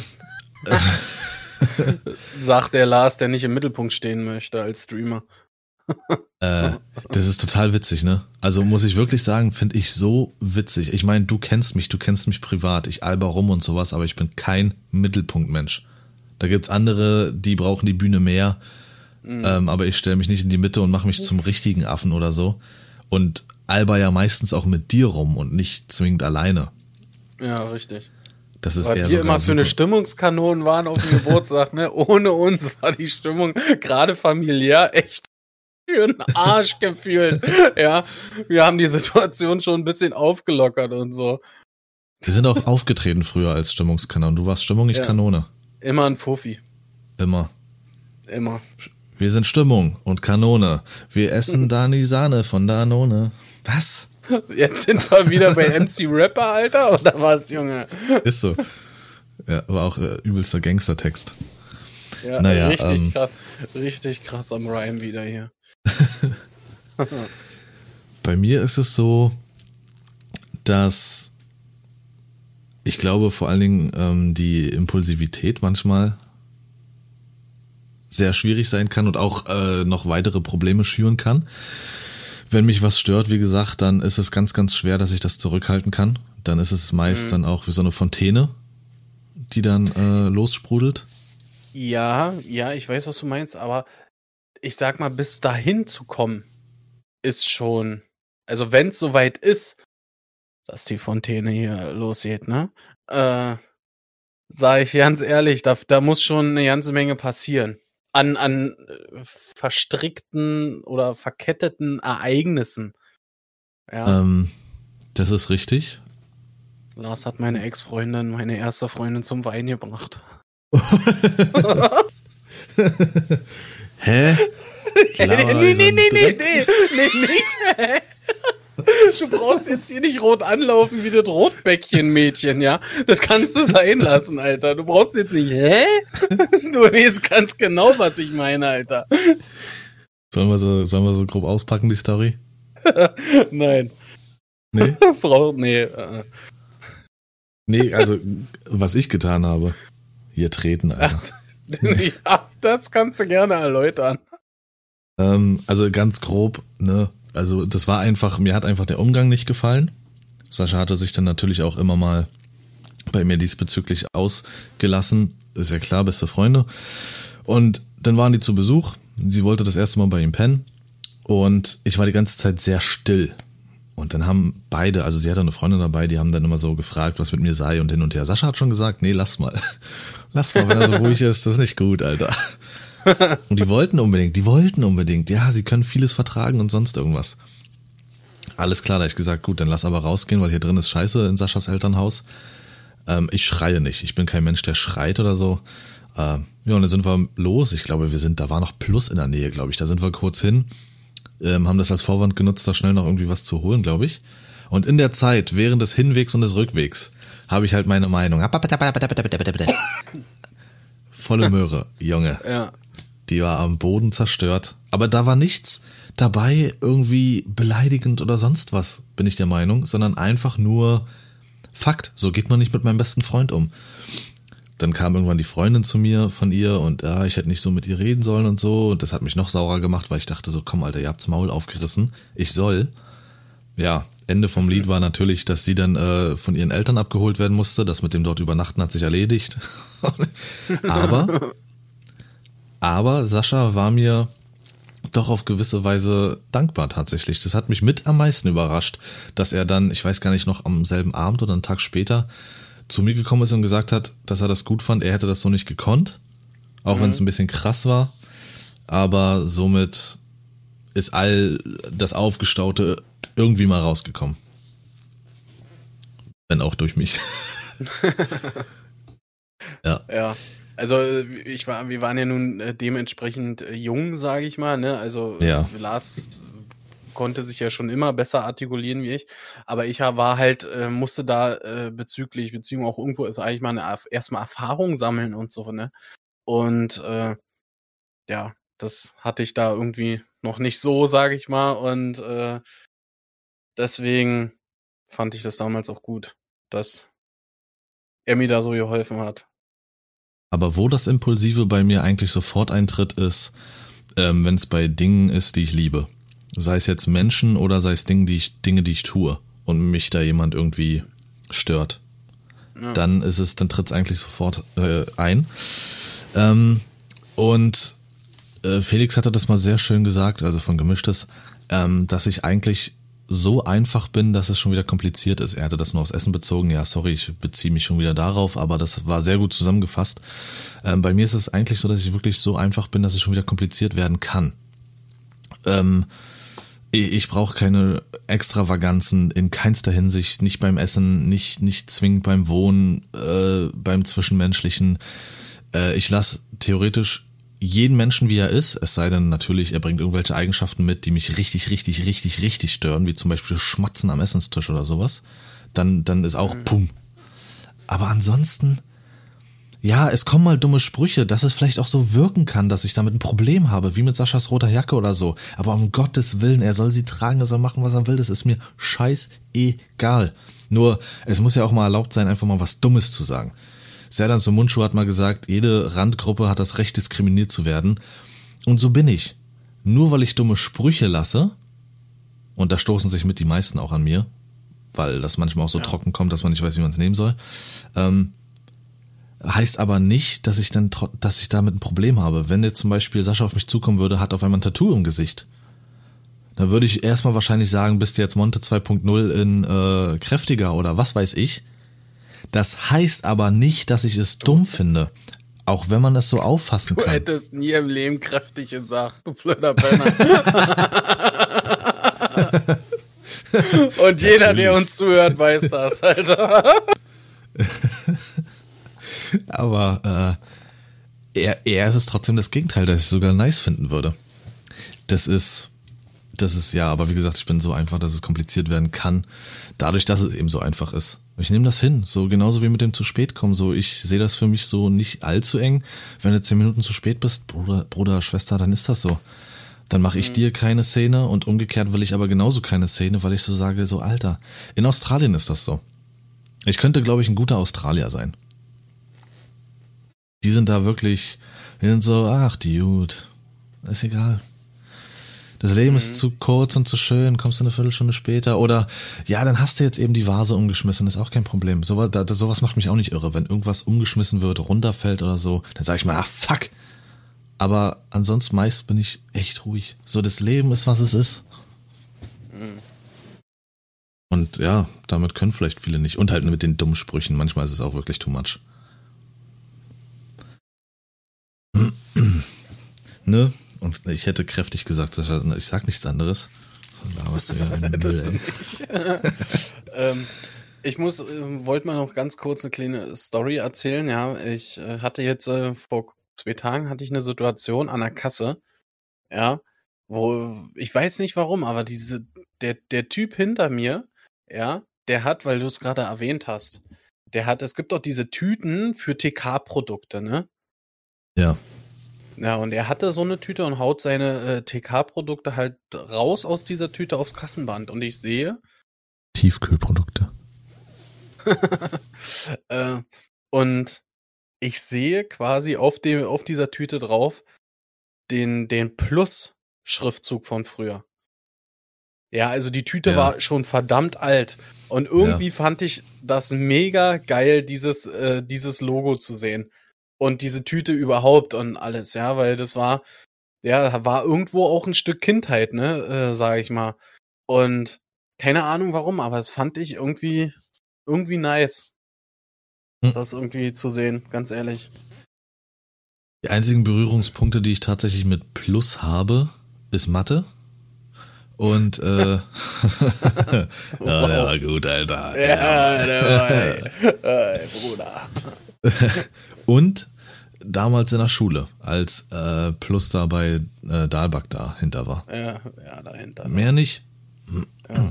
Sagt der Lars, der nicht im Mittelpunkt stehen möchte als Streamer. äh, das ist total witzig, ne? Also muss ich wirklich sagen, finde ich so witzig. Ich meine, du kennst mich, du kennst mich privat. Ich alber rum und sowas, aber ich bin kein Mittelpunktmensch. Da gibt's andere, die brauchen die Bühne mehr. Mhm. Ähm, aber ich stelle mich nicht in die Mitte und mache mich zum richtigen Affen oder so. Und alber ja meistens auch mit dir rum und nicht zwingend alleine. Ja, richtig. Das ist Weil eher wir immer super. für eine Stimmungskanonen waren auf dem Geburtstag, ne? Ohne uns war die Stimmung gerade familiär echt für den Arsch gefühlt. Ja, wir haben die Situation schon ein bisschen aufgelockert und so. Wir sind auch aufgetreten früher als Stimmungskanonen. Du warst Stimmung, ich ja. Kanone. Immer ein Fuffi. Immer. Immer. Wir sind Stimmung und Kanone. Wir essen Dani Sahne von Danone. Was? Jetzt sind wir wieder bei M C Rapper, Alter, oder was, Junge? Ist so. Ja, aber auch äh, übelster Gangstertext. Ja, naja, richtig, ähm, krass, richtig krass am Rhyme wieder hier. Bei mir ist es so, dass ich glaube vor allen Dingen ähm, die Impulsivität manchmal sehr schwierig sein kann und auch äh, noch weitere Probleme schüren kann. Wenn mich was stört, wie gesagt, dann ist es ganz, ganz schwer, dass ich das zurückhalten kann. Dann ist es meist mhm. dann auch wie so eine Fontäne, die dann äh, lossprudelt. Ja, ja, ich weiß, was du meinst, aber ich sag mal, bis dahin zu kommen, ist schon, also wenn es soweit ist, dass die Fontäne hier losgeht, ne? Äh, sag ich ganz ehrlich, da, da muss schon eine ganze Menge passieren. An, an verstrickten oder verketteten Ereignissen. Ja. Ähm, das ist richtig. Lars hat meine Ex-Freundin, meine erste Freundin zum Wein gebracht. Hä? nee, nee, nee, nee, nee, nee, nee, nicht. Du brauchst jetzt hier nicht rot anlaufen wie das Rotbäckchen-Mädchen, ja? Das kannst du sein lassen, Alter. Du brauchst jetzt nicht, hä? Du weißt ganz genau, was ich meine, Alter. Sollen wir so, sollen wir so grob auspacken, die Story? Nein. Nee? Frau, nee. Uh. Nee, also, was ich getan habe. Hier treten, Alter. Ja, das kannst du gerne erläutern. Ähm, also ganz grob, ne? Also das war einfach, mir hat einfach der Umgang nicht gefallen. Sascha hatte sich dann natürlich auch immer mal bei mir diesbezüglich ausgelassen. Ist ja klar, beste Freunde. Und dann waren die zu Besuch. Sie wollte das erste Mal bei ihm pennen. Und ich war die ganze Zeit sehr still. Und dann haben beide, also sie hatte eine Freundin dabei, die haben dann immer so gefragt, was mit mir sei und hin und her. Sascha hat schon gesagt, nee, lass mal. Lass mal, wenn er so ruhig ist, das ist nicht gut, Alter. Und die wollten unbedingt, die wollten unbedingt. Ja, sie können vieles vertragen und sonst irgendwas. Alles klar, da hab ich gesagt, gut, dann lass aber rausgehen, weil hier drin ist Scheiße in Saschas Elternhaus. Ähm, ich schreie nicht. Ich bin kein Mensch, der schreit oder so. Ähm, ja, und dann sind wir los. Ich glaube, wir sind, da war noch Plus in der Nähe, glaube ich. Da sind wir kurz hin, ähm, haben das als Vorwand genutzt, da schnell noch irgendwie was zu holen, glaube ich. Und in der Zeit, während des Hinwegs und des Rückwegs, habe ich halt meine Meinung. Volle Möhre, Junge. Ja. Die war am Boden zerstört. Aber da war nichts dabei irgendwie beleidigend oder sonst was, bin ich der Meinung, sondern einfach nur Fakt. So geht man nicht mit meinem besten Freund um. Dann kam irgendwann die Freundin zu mir von ihr und ja, ich hätte nicht so mit ihr reden sollen und so. Und das hat mich noch saurer gemacht, weil ich dachte so, komm Alter, ihr habt's Maul aufgerissen. Ich soll. Ja, Ende vom Lied war natürlich, dass sie dann äh, von ihren Eltern abgeholt werden musste. Das mit dem dort übernachten hat sich erledigt. aber, aber Sascha war mir doch auf gewisse Weise dankbar tatsächlich. Das hat mich mit am meisten überrascht, dass er dann, ich weiß gar nicht, noch am selben Abend oder einen Tag später zu mir gekommen ist und gesagt hat, dass er das gut fand. Er hätte das so nicht gekonnt, auch mhm. wenn es ein bisschen krass war. Aber somit ist all das Aufgestaute irgendwie mal rausgekommen. Wenn auch durch mich. ja. Ja. Also ich war, wir waren ja nun äh, dementsprechend äh, jung, sage ich mal, ne? Also ja. Lars konnte sich ja schon immer besser artikulieren wie ich, aber ich war halt, äh, musste da äh, bezüglich Beziehung auch irgendwo ist eigentlich mal eine erstmal Erfahrung sammeln und so, ne? Und äh, ja, das hatte ich da irgendwie noch nicht so, sage ich mal, und äh, deswegen fand ich das damals auch gut, dass er mir da so geholfen hat. Aber wo das Impulsive bei mir eigentlich sofort eintritt, ist, ähm, wenn es bei Dingen ist, die ich liebe. Sei es jetzt Menschen oder sei es Dinge, die ich, Dinge, die ich tue und mich da jemand irgendwie stört. Ja. Dann ist es, dann tritt es eigentlich sofort äh, ein. Ähm, und äh, Felix hatte das mal sehr schön gesagt, also von Gemischtes, ähm, dass ich eigentlich so einfach bin, dass es schon wieder kompliziert ist. Er hatte das nur aufs Essen bezogen. Ja, sorry, ich beziehe mich schon wieder darauf, aber das war sehr gut zusammengefasst. Ähm, bei mir ist es eigentlich so, dass ich wirklich so einfach bin, dass es schon wieder kompliziert werden kann. Ähm, ich ich brauche keine Extravaganzen in keinster Hinsicht, nicht beim Essen, nicht nicht zwingend beim Wohnen, äh, beim Zwischenmenschlichen. Äh, ich lasse theoretisch jeden Menschen, wie er ist, es sei denn natürlich, er bringt irgendwelche Eigenschaften mit, die mich richtig, richtig, richtig, richtig stören, wie zum Beispiel Schmatzen am Essenstisch oder sowas, dann, dann ist auch mhm. Pum. Aber ansonsten, ja, es kommen mal dumme Sprüche, dass es vielleicht auch so wirken kann, dass ich damit ein Problem habe, wie mit Saschas roter Jacke oder so. Aber um Gottes Willen, er soll sie tragen, er soll machen, was er will, das ist mir scheißegal. Nur, es muss ja auch mal erlaubt sein, einfach mal was Dummes zu sagen. Serdan Somuncu hat mal gesagt, jede Randgruppe hat das Recht, diskriminiert zu werden. Und so bin ich. Nur weil ich dumme Sprüche lasse, und da stoßen sich mit die meisten auch an mir, weil das manchmal auch so ja. trocken kommt, dass man nicht weiß, wie man es nehmen soll, ähm, heißt aber nicht, dass ich dann, dass ich damit ein Problem habe. Wenn jetzt zum Beispiel Sascha auf mich zukommen würde, hat auf einmal ein Tattoo im Gesicht, dann würde ich erstmal wahrscheinlich sagen, bist du jetzt Monte zwei Punkt null in äh, kräftiger oder was weiß ich. Das heißt aber nicht, dass ich es dumm finde, auch wenn man das so auffassen kann. Du hättest nie im Leben kräftig gesagt, du blöder Penner. Und jeder, Natürlich. der uns zuhört, weiß das, Alter. Aber äh, eher, eher ist es trotzdem das Gegenteil, dass ich sogar nice finden würde. Das ist, das ist ja, aber wie gesagt, ich bin so einfach, dass es kompliziert werden kann, dadurch, dass es eben so einfach ist. Ich nehme das hin, so genauso wie mit dem zu spät kommen. So, ich sehe das für mich so nicht allzu eng. Wenn du zehn Minuten zu spät bist, Bruder, Bruder, Schwester, dann ist das so. Dann mache ich mhm. dir keine Szene und umgekehrt will ich aber genauso keine Szene, weil ich so sage, so Alter, in Australien ist das so. Ich könnte, glaube ich, ein guter Australier sein. Die sind da wirklich, die sind so, ach, Dude, ist egal. Das Leben mhm. ist zu kurz und zu schön, kommst du eine Viertelstunde später. Oder, ja, dann hast du jetzt eben die Vase umgeschmissen, ist auch kein Problem. So, da, sowas macht mich auch nicht irre. Wenn irgendwas umgeschmissen wird, runterfällt oder so, dann sage ich mal, ach, fuck. Aber ansonsten meist bin ich echt ruhig. So, das Leben ist, was es ist. Mhm. Und ja, damit können vielleicht viele nicht. Und halt mit den dummen Sprüchen. Manchmal ist es auch wirklich too much. Ne? Und ich hätte kräftig gesagt, ich sag nichts anderes. Da warst du ja ein Müll, ähm, ich muss, äh, wollte mal noch ganz kurz eine kleine Story erzählen. Ja, ich äh, hatte jetzt äh, vor zwei Tagen hatte ich eine Situation an der Kasse, ja, wo ich weiß nicht warum, aber diese der der Typ hinter mir, ja, der hat, weil du es gerade erwähnt hast, der hat, es gibt doch diese Tüten für T K-Produkte, ne? Ja. Ja, und er hatte so eine Tüte und haut seine äh, T K-Produkte halt raus aus dieser Tüte aufs Kassenband. Und ich sehe, Tiefkühlprodukte. äh, und ich sehe quasi auf dem, auf dieser Tüte drauf den, den Plus-Schriftzug von früher. Ja, also die Tüte Ja. war schon verdammt alt. Und irgendwie Ja. fand ich das mega geil, dieses, äh, dieses Logo zu sehen. Und diese Tüte überhaupt und alles, ja, weil das war, ja, war irgendwo auch ein Stück Kindheit, ne, äh, sag ich mal. Und keine Ahnung warum, aber das fand ich irgendwie, irgendwie nice, Hm. das irgendwie zu sehen, ganz ehrlich. Die einzigen Berührungspunkte, die ich tatsächlich mit Plus habe, ist Mathe. Und äh, ja, der war gut, Alter. Ja, der war, ey, ey, Bruder. Und damals in der Schule, als äh, Plus da bei äh, Dahlback da hinter war. Ja, ja, dahinter. Mehr nicht. Ja.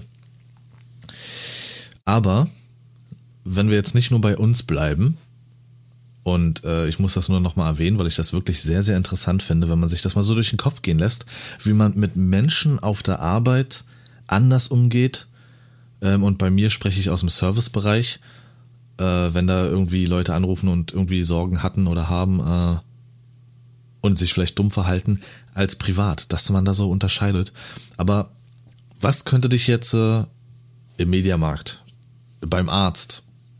Aber wenn wir jetzt nicht nur bei uns bleiben, und äh, ich muss das nur nochmal erwähnen, weil ich das wirklich sehr, sehr interessant finde, wenn man sich das mal so durch den Kopf gehen lässt, wie man mit Menschen auf der Arbeit anders umgeht. Ähm, und bei mir spreche ich aus dem Servicebereich, äh, wenn da irgendwie Leute anrufen und irgendwie Sorgen hatten oder haben äh, und sich vielleicht dumm verhalten, als privat, dass man da so unterscheidet. Aber was könnte dich jetzt äh, im Mediamarkt, beim Arzt,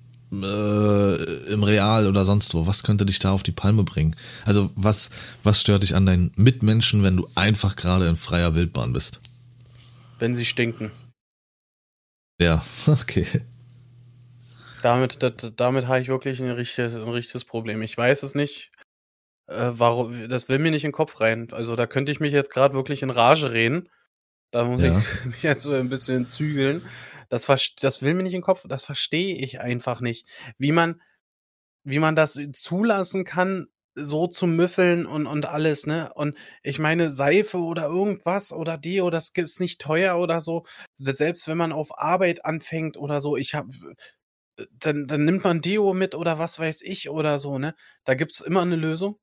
äh, im Real oder sonst wo, was könnte dich da auf die Palme bringen? Also was, was stört dich an deinen Mitmenschen, wenn du einfach gerade in freier Wildbahn bist? Wenn sie stinken. Ja, okay. Damit, das, damit habe ich wirklich ein richtiges, ein richtiges Problem. Ich weiß es nicht. Äh, warum, das will mir nicht in den Kopf rein. Also da könnte ich mich jetzt gerade wirklich in Rage reden. Da muss Ja. ich mich jetzt so ein bisschen zügeln. Das, das will mir nicht in den Kopf, das verstehe ich einfach nicht. Wie man, wie man das zulassen kann, so zu müffeln und, und alles, ne? Und ich meine, Seife oder irgendwas oder Deo, das ist nicht teuer oder so. Selbst wenn man auf Arbeit anfängt oder so, ich hab, dann, dann nimmt man Deo mit oder was weiß ich oder so, ne? Da gibt's immer eine Lösung.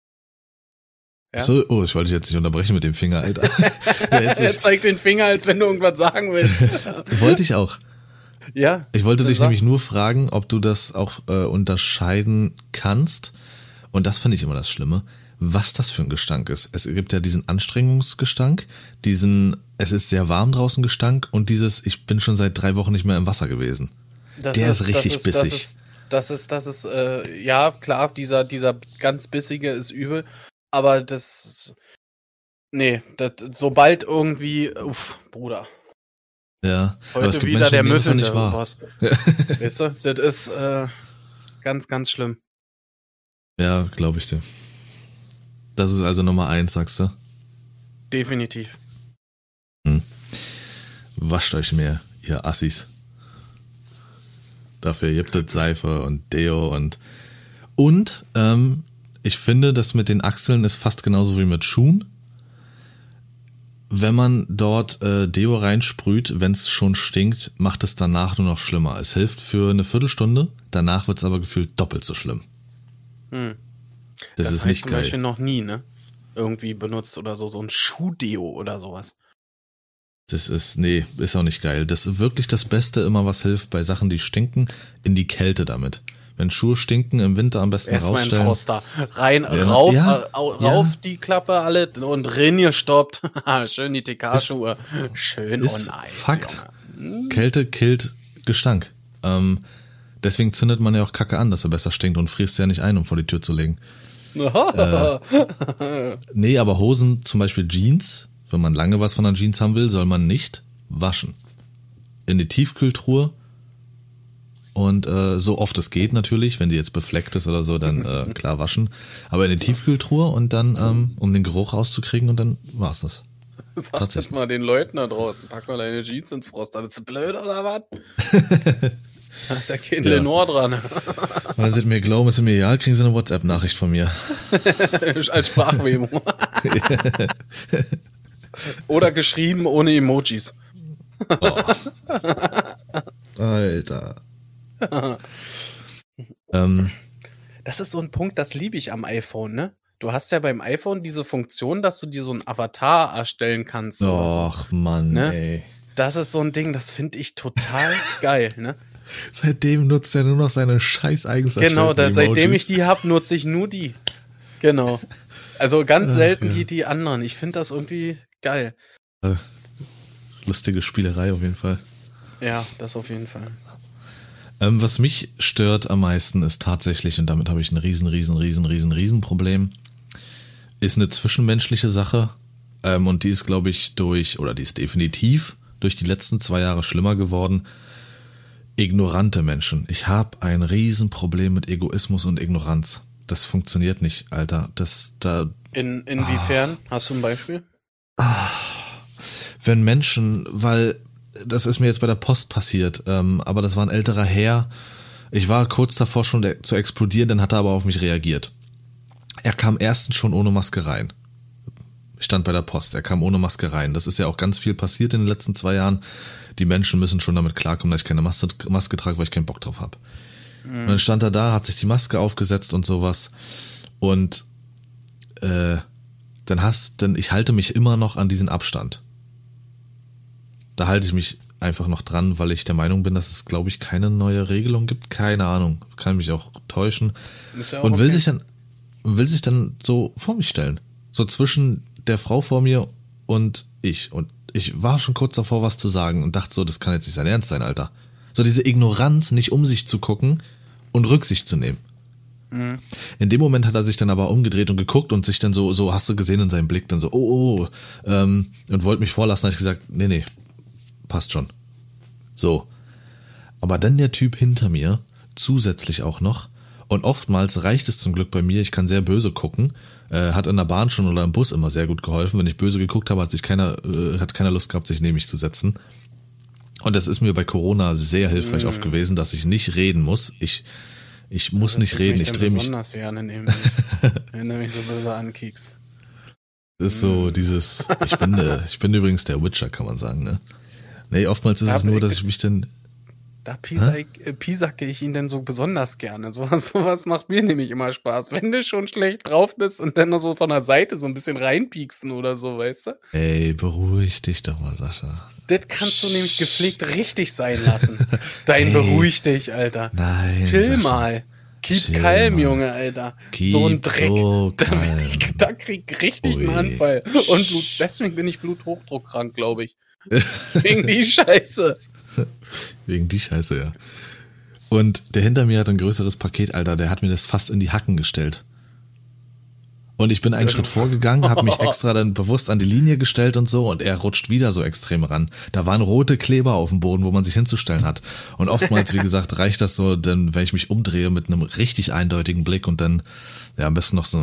Ja? So, oh, ich wollte dich jetzt nicht unterbrechen mit dem Finger, Alter. Ja, jetzt er zeigt den Finger, als wenn du irgendwas sagen willst. Wollte ich auch. Ja. Ich wollte dich sag. nämlich nur fragen, ob du das auch äh, unterscheiden kannst. Und das finde ich immer das Schlimme, was das für ein Gestank ist. Es gibt ja diesen Anstrengungsgestank, diesen es ist sehr warm draußen Gestank und dieses ich bin schon seit drei Wochen nicht mehr im Wasser gewesen. Das Der ist, ist richtig das ist, bissig. Das ist, das ist, das ist, äh, ja, klar, dieser, dieser ganz bissige ist übel, aber das, nee, das, sobald irgendwie, uff, Bruder. Ja, Heute aber es gibt wieder Menschen, der denen das ja Müffel, nicht wahr. was. Weißt du, das ist, äh, ganz, ganz schlimm. Ja, glaube ich dir. Das ist also Nummer eins, sagst du? Definitiv. Hm. Wascht euch mehr, ihr Assis. Dafür gibt es Seife und Deo und und ähm, ich finde, das mit den Achseln ist fast genauso wie mit Schuhen. Wenn man dort äh, Deo reinsprüht, wenn es schon stinkt, macht es danach nur noch schlimmer. Es hilft für eine Viertelstunde, danach wird es aber gefühlt doppelt so schlimm. Hm. Das, Das ist habe ich nicht zum geil. Beispiel noch nie, ne? Irgendwie benutzt oder so, so ein Schuhdeo oder sowas. Das ist, nee, ist auch nicht geil. Das ist wirklich das Beste immer, was hilft bei Sachen, die stinken, in die Kälte damit. Wenn Schuhe stinken, im Winter am besten Erstmal ein rausstellen. Froster. Rein, Ja, rauf, ja, äh, au- ja. rauf die Klappe alle und rin gestoppt. Schön die T K-Schuhe. Schön Ist und nice, Fakt. Junge. Kälte killt Gestank. Ähm, deswegen zündet man ja auch Kacke an, dass er besser stinkt und frierst ja nicht ein, um vor die Tür zu legen. äh, nee, aber Hosen, zum Beispiel Jeans, wenn man lange was von einer Jeans haben will, soll man nicht waschen. In die Tiefkühltruhe und äh, so oft es geht natürlich, wenn die jetzt befleckt ist oder so, dann äh, klar waschen. Aber in die Tiefkühltruhe und dann, ähm, um den Geruch rauszukriegen und dann war's das. Sag das mal den Leuten da draußen. Pack mal deine Jeans ins Froster. Bist du blöd oder was? Da ist ja kein Ja. Lenore dran. Wenn sie mir glauben, ist mir egal, kriegen sie eine WhatsApp-Nachricht von mir. Als Sprachmemo. Oder geschrieben ohne Emojis. Oh. Alter. ähm, Das ist so ein Punkt, das liebe ich am iPhone, ne? Du hast ja beim iPhone diese Funktion, dass du dir so einen Avatar erstellen kannst. Och, so. Mann, ne? ey. Das ist so ein Ding, das finde ich total geil, ne? Seitdem nutzt er nur noch seine scheiß eigens Genau, da, seitdem ich die hab, nutze ich nur die. Genau. Also ganz selten Ach, ja. die, die anderen. Ich finde das irgendwie geil. Lustige Spielerei auf jeden Fall. Ja, das auf jeden Fall. Ähm, was mich stört am meisten ist tatsächlich, und damit habe ich ein riesen, riesen, riesen, riesen, riesen Problem, ist eine zwischenmenschliche Sache. Ähm, und die ist, glaube ich, durch, oder die ist definitiv durch die letzten zwei Jahre schlimmer geworden. Ignorante Menschen. Ich habe ein Riesenproblem mit Egoismus und Ignoranz. Das funktioniert nicht, Alter. Das da. In inwiefern? Ah. Hast du ein Beispiel? Ah. Wenn Menschen, weil das ist mir jetzt bei der Post passiert, ähm, aber das war ein älterer Herr. Ich war kurz davor schon de- zu explodieren, dann hat er aber auf mich reagiert. Er kam erstens schon ohne Maske rein. Ich stand bei der Post, er kam ohne Maske rein. Das ist ja auch ganz viel passiert in den letzten zwei Jahren. Die Menschen müssen schon damit klarkommen, dass ich keine Maske, Maske trage, weil ich keinen Bock drauf habe. Mhm. Und dann stand er da, hat sich die Maske aufgesetzt und sowas. Und äh, dann hast, denn ich halte mich immer noch an diesen Abstand. Da halte ich mich einfach noch dran, weil ich der Meinung bin, dass es, glaube ich, keine neue Regelung gibt. Keine Ahnung, kann mich auch täuschen. Ist ja auch und will okay. sich dann will sich dann so vor mich stellen. So zwischen der Frau vor mir und ich. Und ich war schon kurz davor, was zu sagen und dachte so, das kann jetzt nicht sein Ernst sein, Alter. So diese Ignoranz, nicht um sich zu gucken und Rücksicht zu nehmen. Mhm. In dem Moment hat er sich dann aber umgedreht und geguckt und sich dann so, so hast du gesehen in seinem Blick, dann so, oh, oh, ähm, und wollte mich vorlassen, habe ich gesagt, nee, nee, passt schon. So. Aber dann der Typ hinter mir, zusätzlich auch noch, und oftmals reicht es zum Glück bei mir, ich kann sehr böse gucken, äh, hat in der Bahn schon oder im Bus immer sehr gut geholfen. Wenn ich böse geguckt habe, hat sich keiner, äh, hat keiner Lust gehabt, sich neben mich zu setzen. Und das ist mir bei Corona sehr hilfreich mhm. oft gewesen, dass ich nicht reden muss. Ich, ich muss das nicht reden, ich drehe mich. Besonders gerne nehmen, wenn du mich so böse ankiekst. Das ist so dieses, ich bin, äh, ich bin übrigens der Witcher, kann man sagen, ne? Nee, oftmals ist da es nur, dass ich mich dann... Da piesacke piesacke ich ihn denn so besonders gerne. Sowas, sowas macht mir nämlich immer Spaß. Wenn du schon schlecht drauf bist und dann noch so von der Seite so ein bisschen reinpieksen oder so, weißt du? Ey, beruhig dich doch mal, Sascha. Das kannst du nämlich gepflegt richtig sein lassen. Dein Ey, beruhig dich, Alter. Nein, Chill Sascha. mal. Keep Chill calm, mal. Junge, Alter. Keep so ein Dreck. So da, ich, da krieg ich richtig Ui. einen Anfall. Und Blut, deswegen bin ich bluthochdruckkrank, glaube ich. Wegen die Scheiße. Wegen die Scheiße, ja. Und der hinter mir hat ein größeres Paket, Alter, der hat mir das fast in die Hacken gestellt. Und ich bin einen ja, Schritt vorgegangen, habe mich extra dann bewusst an die Linie gestellt und so, und er rutscht wieder so extrem ran. Da waren rote Kleber auf dem Boden, wo man sich hinzustellen hat. Und oftmals, wie gesagt, reicht das so, dann, wenn ich mich umdrehe mit einem richtig eindeutigen Blick und dann, ja, am besten noch so,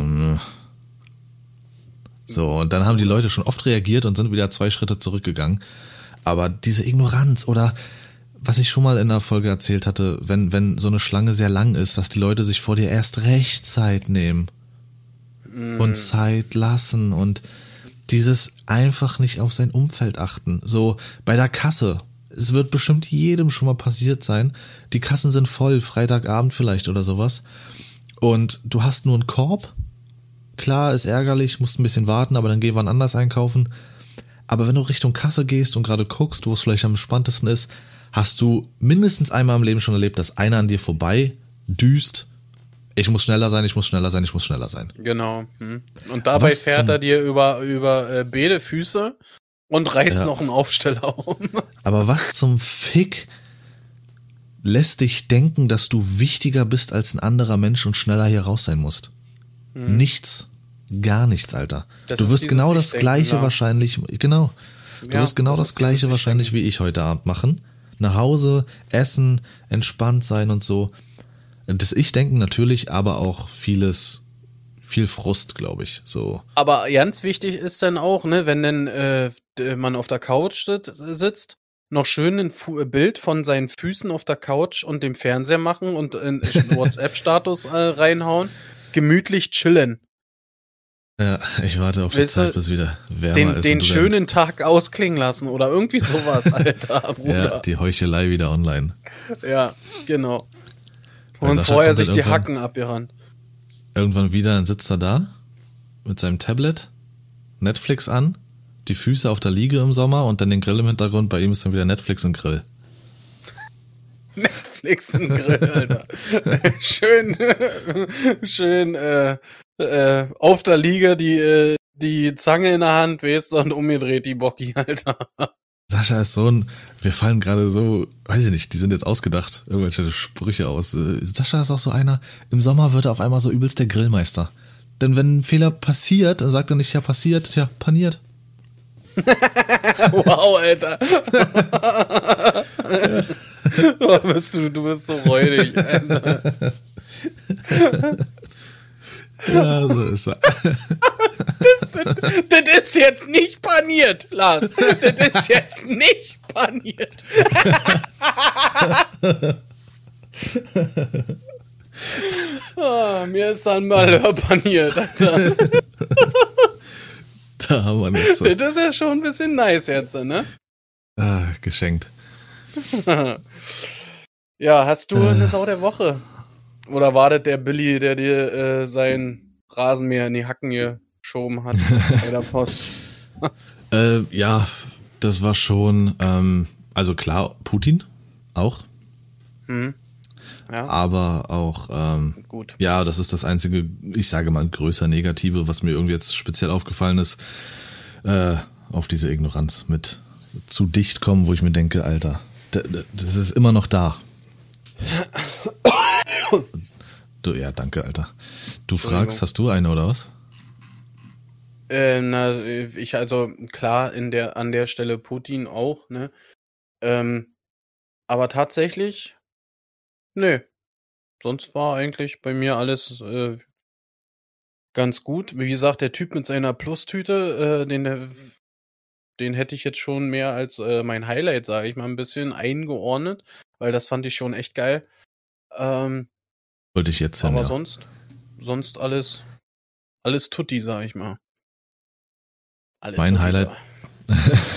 so, und dann haben die Leute schon oft reagiert und sind wieder zwei Schritte zurückgegangen. Aber diese Ignoranz oder was ich schon mal in der Folge erzählt hatte, wenn, wenn so eine Schlange sehr lang ist, dass die Leute sich vor dir erst recht Zeit nehmen mm. und Zeit lassen und dieses einfach nicht auf sein Umfeld achten. So bei der Kasse, es wird bestimmt jedem schon mal passiert sein, die Kassen sind voll, Freitagabend vielleicht oder sowas, und du hast nur einen Korb. Klar, ist ärgerlich, musst ein bisschen warten, aber dann geh wann anders einkaufen. Aber wenn du Richtung Kasse gehst und gerade guckst, wo es vielleicht am spannendsten ist, hast du mindestens einmal im Leben schon erlebt, dass einer an dir vorbei düst. Ich muss schneller sein, ich muss schneller sein, ich muss schneller sein. Genau. Und dabei Was fährt er dir über, über äh, beide Füße und reißt ja. noch einen Aufsteller um. Aber was zum Fick lässt dich denken, dass du wichtiger bist als ein anderer Mensch und schneller hier raus sein musst? Hm. Nichts. Gar nichts, Alter. Das du wirst genau das Gleiche genau. wahrscheinlich, genau. Du ja, wirst genau das, das Gleiche wahrscheinlich wie ich heute Abend machen. Nach Hause, essen, entspannt sein und so. Das Ich-Denken natürlich, aber auch vieles, viel Frust, glaube ich, so. Aber ganz wichtig ist dann auch, ne, wenn dann äh, man auf der Couch sitzt, noch schön ein Fu- Bild von seinen Füßen auf der Couch und dem Fernseher machen und in WhatsApp-Status äh, reinhauen, gemütlich chillen. Ja, ich warte auf die Willst Zeit, du bis wieder wärmer Den, ist. den und du schönen Tag ausklingen lassen oder irgendwie sowas, Alter, dann, Bruder. ja, die Heuchelei wieder online. Ja, genau. Bei Und Sascha vorher kommt sich dann die irgendwann- Hacken abgerannt. Irgendwann wieder, dann sitzt er da mit seinem Tablet, Netflix an, die Füße auf der Liege im Sommer und dann den Grill im Hintergrund. Bei ihm ist dann wieder Netflix und Grill. Netflix und Grill, Alter. schön, schön, äh, äh, auf der Liege die, äh, die Zange in der Hand, weißt du, und umgedreht die Bocki, Alter. Sascha ist so ein, wir fallen gerade so, weiß ich nicht, die sind jetzt ausgedacht, irgendwelche Sprüche aus. Äh, Sascha ist auch so einer, im Sommer wird er auf einmal so übelst der Grillmeister. Denn wenn ein Fehler passiert, dann sagt er nicht, ja passiert, ja paniert. Wow, Alter. Oh, bist du, du bist so räudig, Alter. Ja, so ist er. Das ist jetzt nicht paniert, Lars. Das ist jetzt nicht paniert. Oh, mir ist dann Malheur paniert, Alter. Da haben wir jetzt so. Das ist ja schon ein bisschen nice jetzt, ne? Ah, geschenkt. Ja, hast du Äh. eine Sau der Woche? Oder war das der Billy, der dir äh, sein Rasenmäher in die Hacken geschoben hat bei der Post? Äh, ja, das war schon, ähm, also klar, Putin auch, Hm. Ja, aber auch, ähm, gut. ja, das ist das einzige, ich sage mal, größer Negative, was mir irgendwie jetzt speziell aufgefallen ist, äh, auf diese Ignoranz mit zu dicht kommen, wo ich mir denke, Alter, d- d- das ist immer noch da. Du, ja, danke, Alter. Du fragst, hast du eine oder was? Äh, na, ich, also, klar, in der, an der Stelle Putin auch, ne? Ähm, aber tatsächlich, nö. Sonst war eigentlich bei mir alles äh, ganz gut. Wie gesagt, der Typ mit seiner Plustüte, äh, den, der- den hätte ich jetzt schon mehr als äh, mein Highlight, sage ich mal, ein bisschen eingeordnet, weil das fand ich schon echt geil. Ähm, Wollte ich jetzt hin, aber ja. sonst, sonst alles, alles Tutti, sag ich mal. Alles Mein Tutti Highlight- da.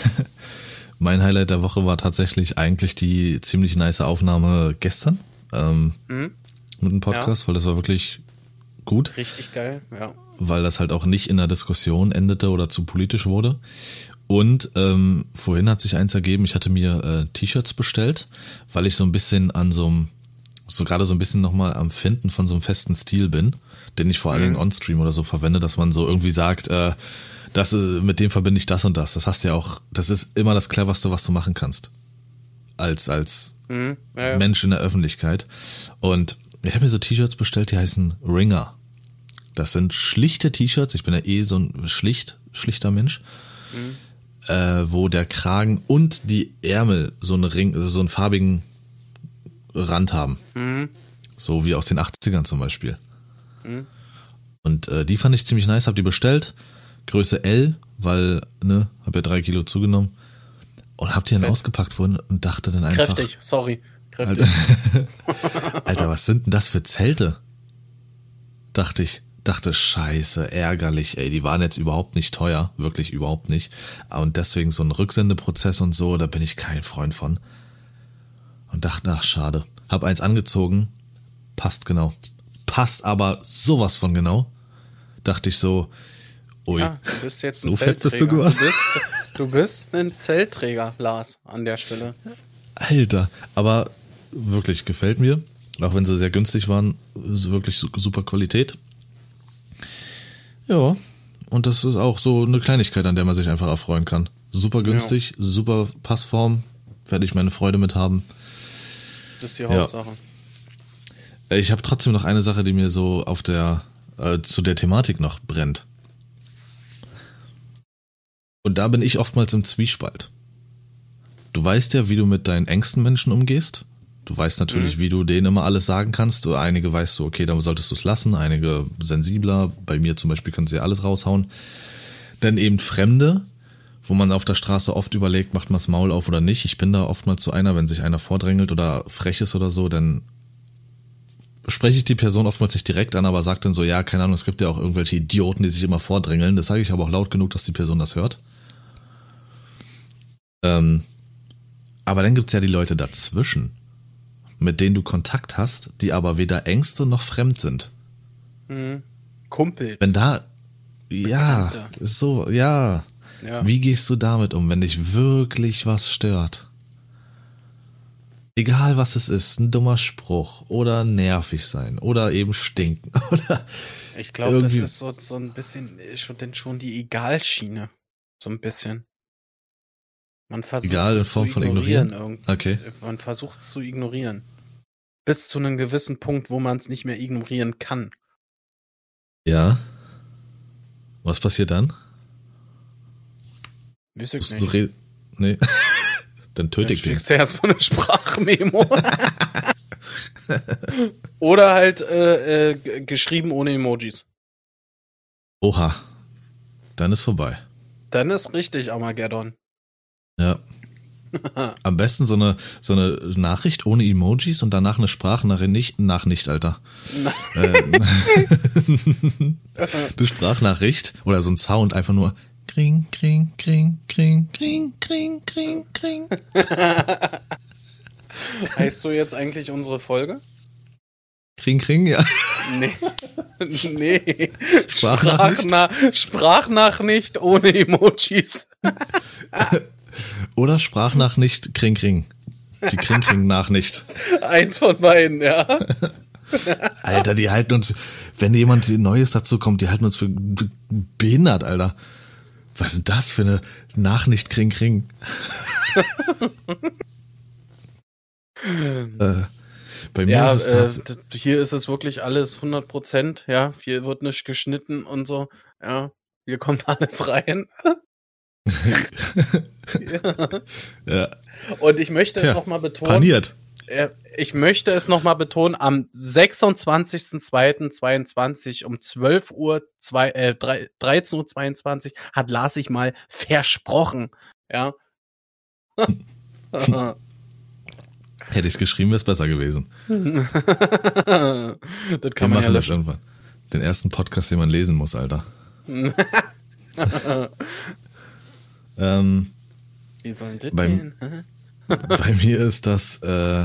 Mein Highlight der Woche war tatsächlich eigentlich die ziemlich nice Aufnahme gestern ähm, Mhm. mit dem Podcast, weil das war wirklich gut, Richtig geil, ja. weil das halt auch nicht in der Diskussion endete oder zu politisch wurde. Und ähm, vorhin hat sich eins ergeben, ich hatte mir äh, T-Shirts bestellt, weil ich so ein bisschen an so einem, so gerade so ein bisschen nochmal am Finden von so einem festen Stil bin, den ich vor allen Dingen on-stream oder so verwende, dass man so irgendwie sagt, äh, das, äh, mit dem verbinde ich das und das. Das hast ja auch, das ist immer das Cleverste, was du machen kannst. Als, als Mhm. Ja, ja. Mensch in der Öffentlichkeit. Und ich habe mir so T-Shirts bestellt, die heißen Ringer. Das sind schlichte T-Shirts, ich bin ja eh so ein schlicht, schlichter Mensch, Mhm. äh, wo der Kragen und die Ärmel so einen Ring, also so einen farbigen Rand haben. Mhm. So wie aus den achtzigern zum Beispiel. Mhm. Und äh, die fand ich ziemlich nice, hab die bestellt. Größe L, weil, ne, hab ja drei Kilo zugenommen. Und hab die dann Fett. ausgepackt vorhin und dachte dann einfach, Kräftig, sorry. Kräftig. Alter, Alter, was sind denn das für Zelte? Dachte ich. Dachte, scheiße, ärgerlich, ey, die waren jetzt überhaupt nicht teuer, wirklich überhaupt nicht. Und deswegen so ein Rücksendeprozess und so, da bin ich kein Freund von. Und dachte, ach, schade. Hab eins angezogen, passt genau. Passt aber sowas von genau. Dachte ich so, ui, Ja, du bist jetzt so ein fett bist du Zeltträger. geworden. Du bist, du bist ein Zeltträger, Lars, an der Stelle. Alter. Aber wirklich, gefällt mir. Auch wenn sie sehr günstig waren, ist wirklich su- super Qualität. Ja, und das ist auch so eine Kleinigkeit, an der man sich einfach erfreuen kann. Super günstig, super Passform, werde ich meine Freude mit haben. Das ist die Ja. Hauptsache. Ich habe trotzdem noch eine Sache, die mir so auf der äh, zu der Thematik noch brennt. Und da bin ich oftmals im Zwiespalt. Du weißt ja, wie du mit deinen engsten Menschen umgehst. Du weißt natürlich, Mhm. wie du denen immer alles sagen kannst. Du, einige weißt du, okay, dann solltest du es lassen. Einige sensibler. Bei mir zum Beispiel können sie ja alles raushauen. Dann eben Fremde, wo man auf der Straße oft überlegt, macht man das Maul auf oder nicht. Ich bin da oftmals so einer, wenn sich einer vordrängelt oder frech ist oder so, dann spreche ich die Person oftmals nicht direkt an, aber sage dann so, ja, keine Ahnung, es gibt ja auch irgendwelche Idioten, die sich immer vordrängeln. Das sage ich aber auch laut genug, dass die Person das hört. Ähm, aber dann gibt's ja die Leute dazwischen, mit denen du Kontakt hast, die aber weder Ängste noch fremd sind. Mhm. Kumpels. Wenn da, ja, Bekannte. so, ja. Ja. Wie gehst du damit um, wenn dich wirklich was stört? Egal was es ist, ein dummer Spruch oder nervig sein oder eben stinken oder Ich glaube, das irgendwie- ist so, so ein bisschen äh, schon, denn schon die Egalschiene. So ein bisschen. Man versucht Egal in es Form zu von ignorieren. ignorieren? Irgendwie. Okay. Man versucht es zu ignorieren. Bis zu einem gewissen Punkt, wo man es nicht mehr ignorieren kann. Ja. Was passiert dann? Weiß ich Musst du nicht. re- nee. Dann töte Dann ich den. schickst du erstmal eine Sprachmemo. Oder halt äh, äh, g- geschrieben ohne Emojis. Oha. Dann ist vorbei. Dann ist richtig Armageddon. Ja. Am besten so eine so eine Nachricht ohne Emojis und danach eine Sprachnachricht nicht nach nicht, Alter. Äh, eine Sprachnachricht oder so ein Sound einfach nur kring kring kring kring kring kring kring kring. Heißt so jetzt eigentlich unsere Folge? Kring kring, ja. Nee. Nee. Sprachnachricht? Sprachna Sprachnachricht ohne Emojis. Oder Sprachnachricht kring kring. Die kring kring Nachricht. Eins von beiden, ja. Alter, die halten uns, wenn jemand Neues dazu kommt, die halten uns für behindert, Alter. Was ist das für eine Nachricht kring kring? äh, bei mir Ja, ist es äh, tatsächlich. d- hier ist es wirklich alles hundert Prozent, ja. Hier wird nicht geschnitten und so, ja. Hier kommt alles rein. Ja. Ja, Und ich möchte Tja, es nochmal betonen, paniert. äh, ich möchte es nochmal betonen, am sechsundzwanzigsten zweiten zweiundzwanzig um zwölf Uhr, zwei, äh, dreizehn Uhr zweiundzwanzig hat Lars sich mal versprochen, ja. Hätte ich es geschrieben, wäre es besser gewesen. Das Wir kann man ja machen das löschen. irgendwann. Den ersten Podcast, den man lesen muss, Alter. ähm, Wie soll das Beim- gehen? hä? bei mir ist das äh,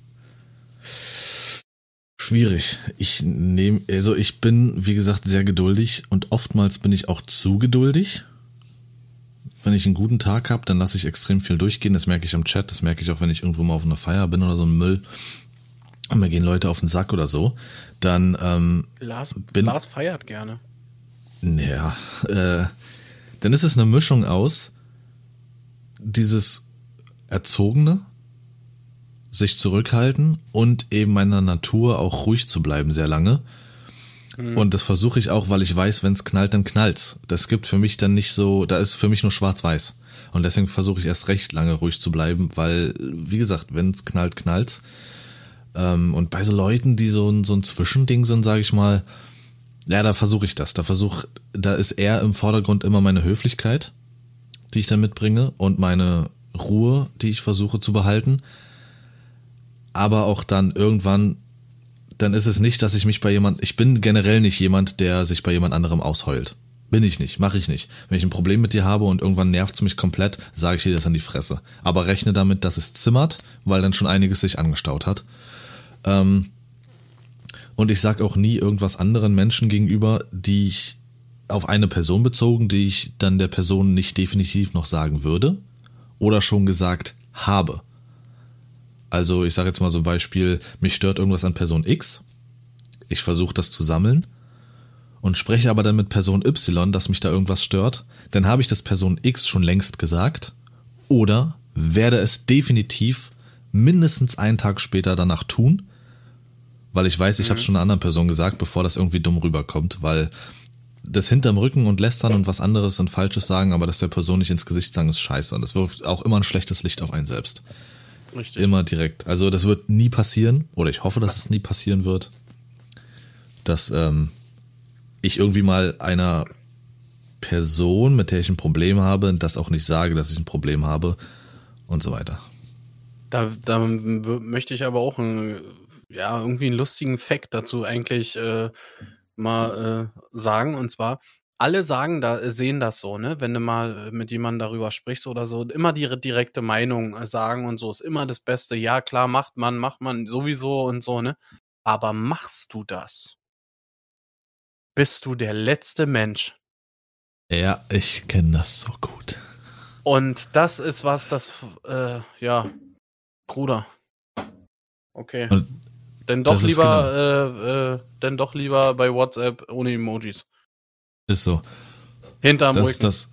schwierig. Ich nehme, also ich bin, wie gesagt, sehr geduldig und oftmals bin ich auch zu geduldig. Wenn ich einen guten Tag habe, dann lasse ich extrem viel durchgehen. Das merke ich am Chat, das merke ich auch, wenn ich irgendwo mal auf einer Feier bin oder so ein Müll und mir gehen Leute auf den Sack oder so. Dann, ähm, Lars, bin- Lars feiert gerne. naja, äh, dann ist es eine Mischung aus dieses Erzogene, sich zurückhalten und eben meiner Natur auch ruhig zu bleiben sehr lange. Und das versuche ich auch, weil ich weiß, wenn es knallt, dann knallt's. Das gibt für mich dann nicht so, da ist für mich nur schwarz-weiß. Und deswegen versuche ich erst recht lange ruhig zu bleiben, weil, wie gesagt, wenn es knallt, knallt's. Ähm, und bei so Leuten, die so ein, so ein Zwischending sind, sage ich mal, ja, da versuche ich das. Da versuche, da ist eher im Vordergrund immer meine Höflichkeit, die ich dann mitbringe und meine Ruhe, die ich versuche zu behalten. Aber auch dann irgendwann, dann ist es nicht, dass ich mich bei jemand, ich bin generell nicht jemand, der sich bei jemand anderem ausheult. Bin ich nicht, mache ich nicht. Wenn ich ein Problem mit dir habe und irgendwann nervt's mich komplett, sage ich dir das an die Fresse. Aber rechne damit, dass es zimmert, weil dann schon einiges sich angestaut hat. Ähm, und ich sag auch nie irgendwas anderen Menschen gegenüber, die ich auf eine Person bezogen, die ich dann der Person nicht definitiv noch sagen würde oder schon gesagt habe. Also ich sage jetzt mal so ein Beispiel, mich stört irgendwas an Person X, ich versuche das zu sammeln und spreche aber dann mit Person Y, dass mich da irgendwas stört, dann habe ich das Person X schon längst gesagt oder werde es definitiv mindestens einen Tag später danach tun, weil ich weiß, ich Mhm. habe es schon einer anderen Person gesagt, bevor das irgendwie dumm rüberkommt, weil das hinterm Rücken und lästern und was anderes und Falsches sagen, aber das der Person nicht ins Gesicht sagen, ist scheiße und das wirft auch immer ein schlechtes Licht auf einen selbst. Richtig. Immer direkt. Also das wird nie passieren, oder ich hoffe, dass es nie passieren wird, dass ähm, ich irgendwie mal einer Person, mit der ich ein Problem habe, das auch nicht sage, dass ich ein Problem habe und so weiter. Da, da w- möchte ich aber auch ein, ja, irgendwie einen lustigen Fact dazu eigentlich äh, mal äh, sagen. Und zwar, alle sagen da, äh, sehen das so, ne? Wenn du mal äh, mit jemandem darüber sprichst oder so, immer die direkte Meinung äh, sagen und so, ist immer das Beste. Ja, klar, macht man, macht man sowieso und so, ne? Aber machst du das? Bist du der letzte Mensch? Ja, ich kenne das so gut. Und das ist was, das, äh, ja, Bruder. Okay. Und Denn doch das ist lieber, äh, äh, denn doch lieber bei WhatsApp ohne Emojis. Ist so. Hinterm Das, Rücken. das.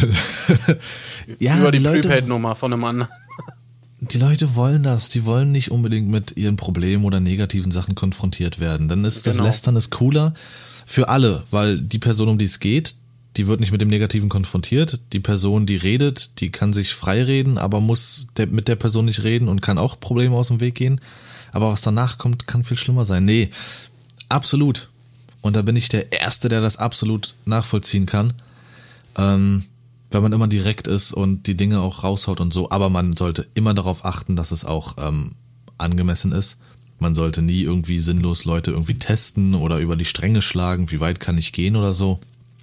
Ja, Über die, die Leute, Prepaid-Nummer von einem anderen. die Leute wollen das. Die wollen nicht unbedingt mit ihren Problemen oder negativen Sachen konfrontiert werden. Dann ist das Genau. Lästern ist cooler für alle, weil die Person, um die es geht, die wird nicht mit dem Negativen konfrontiert. Die Person, die redet, die kann sich frei reden, aber muss der, mit der Person nicht reden und kann auch Probleme aus dem Weg gehen. Aber was danach kommt, kann viel schlimmer sein. Nee, absolut. Und da bin ich der Erste, der das absolut nachvollziehen kann. Ähm, wenn man immer direkt ist und die Dinge auch raushaut und so. Aber man sollte immer darauf achten, dass es auch ähm, angemessen ist. Man sollte nie irgendwie sinnlos Leute irgendwie testen oder über die Stränge schlagen, wie weit kann ich gehen oder so.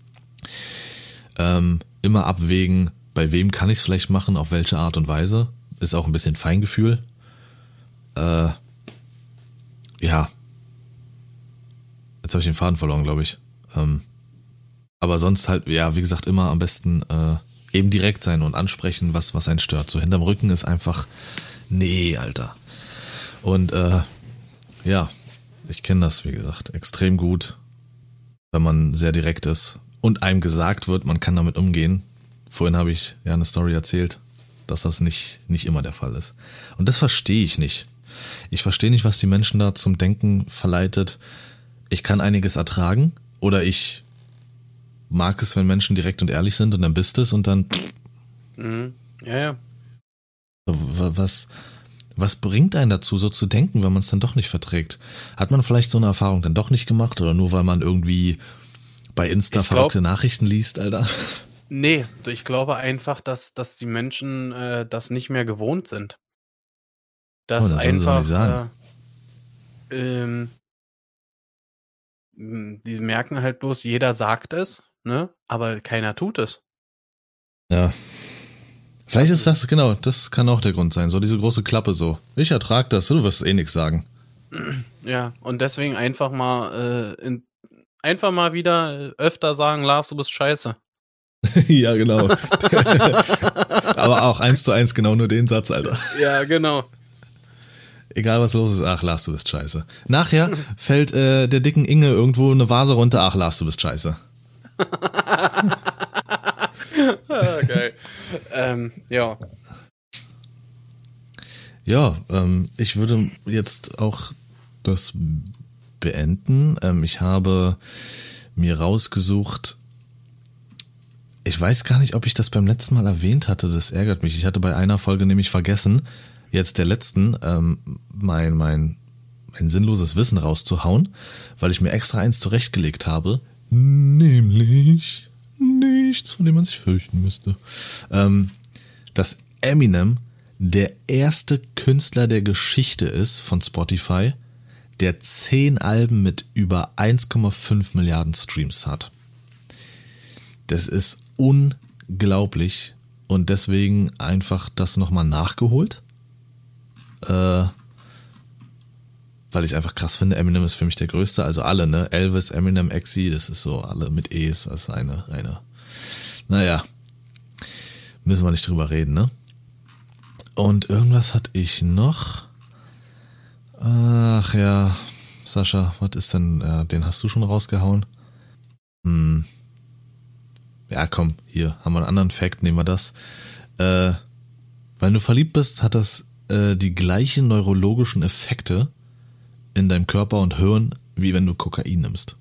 Ähm, immer abwägen, bei wem kann ich es vielleicht machen, auf welche Art und Weise. Ist auch ein bisschen Feingefühl. Äh, ja. Jetzt habe ich den Faden verloren, glaube ich. Ähm, aber sonst halt, ja, wie gesagt, immer am besten äh, eben direkt sein und ansprechen, was, was einen stört. So hinterm Rücken ist einfach, nee, Alter. Und äh, ja, ich kenne das, wie gesagt, extrem gut, wenn man sehr direkt ist und einem gesagt wird, man kann damit umgehen. Vorhin habe ich ja eine Story erzählt, dass das nicht, nicht immer der Fall ist. Und das verstehe ich nicht. Ich verstehe nicht, was die Menschen da zum Denken verleitet. Ich kann einiges ertragen oder ich mag es, wenn Menschen direkt und ehrlich sind und dann bist es und dann Mhm. Ja, ja. was, was bringt einen dazu, so zu denken, wenn man es dann doch nicht verträgt? Hat man vielleicht so eine Erfahrung dann doch nicht gemacht oder nur weil man irgendwie bei Insta Ich glaub- verrückte Nachrichten liest, Alter? Nee, ich glaube einfach, dass, dass die Menschen äh, das nicht mehr gewohnt sind. Dass Oh, das sollen sie doch einfach nicht sagen. Äh, ähm, m, die merken halt bloß, jeder sagt es, ne? Aber keiner tut es. Ja. Vielleicht ist das, genau, das kann auch der Grund sein. So diese große Klappe so. Ich ertrag das, du wirst eh nichts sagen. Ja, und deswegen einfach mal äh, in, einfach mal wieder äh, öfter sagen, Lars, du bist scheiße. Ja, genau. Aber auch eins zu eins genau nur den Satz, Alter. Ja, genau. Egal was los ist, ach Lars, du bist scheiße. Nachher fällt äh, der dicken Inge irgendwo eine Vase runter, ach Lars, du bist scheiße. Ah, geil. ähm, ja. Ja, ähm, ich würde jetzt auch das beenden. Ähm, ich habe mir rausgesucht, ich weiß gar nicht, ob ich das beim letzten Mal erwähnt hatte, das ärgert mich. Ich hatte bei einer Folge nämlich vergessen, jetzt der letzten, ähm, mein, mein, mein sinnloses Wissen rauszuhauen, weil ich mir extra eins zurechtgelegt habe, nämlich nichts, von dem man sich fürchten müsste. Ähm, dass Eminem der erste Künstler der Geschichte ist von Spotify, der zehn Alben mit über eins Komma fünf Milliarden Streams hat. Das ist unglaublich und deswegen einfach das nochmal nachgeholt, äh, weil ich es einfach krass finde. Eminem ist für mich der Größte, also alle, ne? Elvis, Eminem, Exi, das ist so alle mit E's, das ist eine, eine, naja, müssen wir nicht drüber reden, ne? Und irgendwas hatte ich noch. Ach ja, Sascha, was ist denn, äh, den hast du schon rausgehauen? Hm. Ja, komm, hier haben wir einen anderen Fact, nehmen wir das. Äh, wenn du verliebt bist, hat das äh, die gleichen neurologischen Effekte in deinem Körper und Hirn, wie wenn du Kokain nimmst.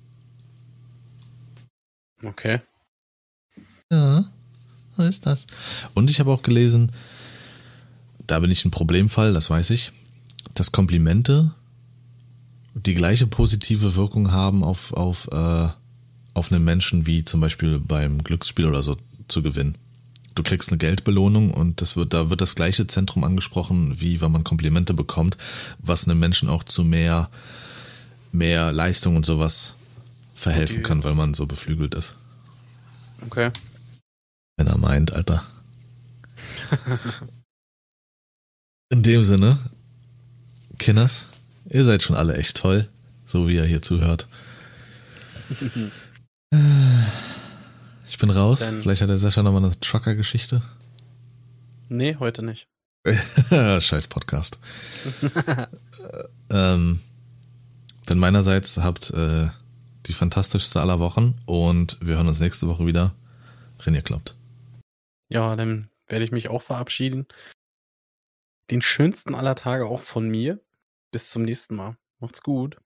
Okay. Ja, so ist das. Und ich habe auch gelesen, da bin ich ein Problemfall, das weiß ich, dass Komplimente die gleiche positive Wirkung haben auf, auf, äh, auf einen Menschen wie zum Beispiel beim Glücksspiel oder so zu gewinnen. du kriegst eine Geldbelohnung und das wird, da wird das gleiche Zentrum angesprochen, wie wenn man Komplimente bekommt, was einem Menschen auch zu mehr, mehr Leistung und sowas verhelfen kann, weil man so beflügelt ist. Okay. Wenn er meint, Alter. In dem Sinne, Kinders, ihr seid schon alle echt toll, so wie ihr hier zuhört. Ich bin raus. Dann vielleicht hat der Sascha nochmal eine Trucker-Geschichte. Nee, heute nicht. Scheiß Podcast. ähm, dann meinerseits habt äh, die fantastischste aller Wochen und wir hören uns nächste Woche wieder, wenn ihr klappt. Ja, dann werde ich mich auch verabschieden. Den schönsten aller Tage auch von mir. Bis zum nächsten Mal. Macht's gut.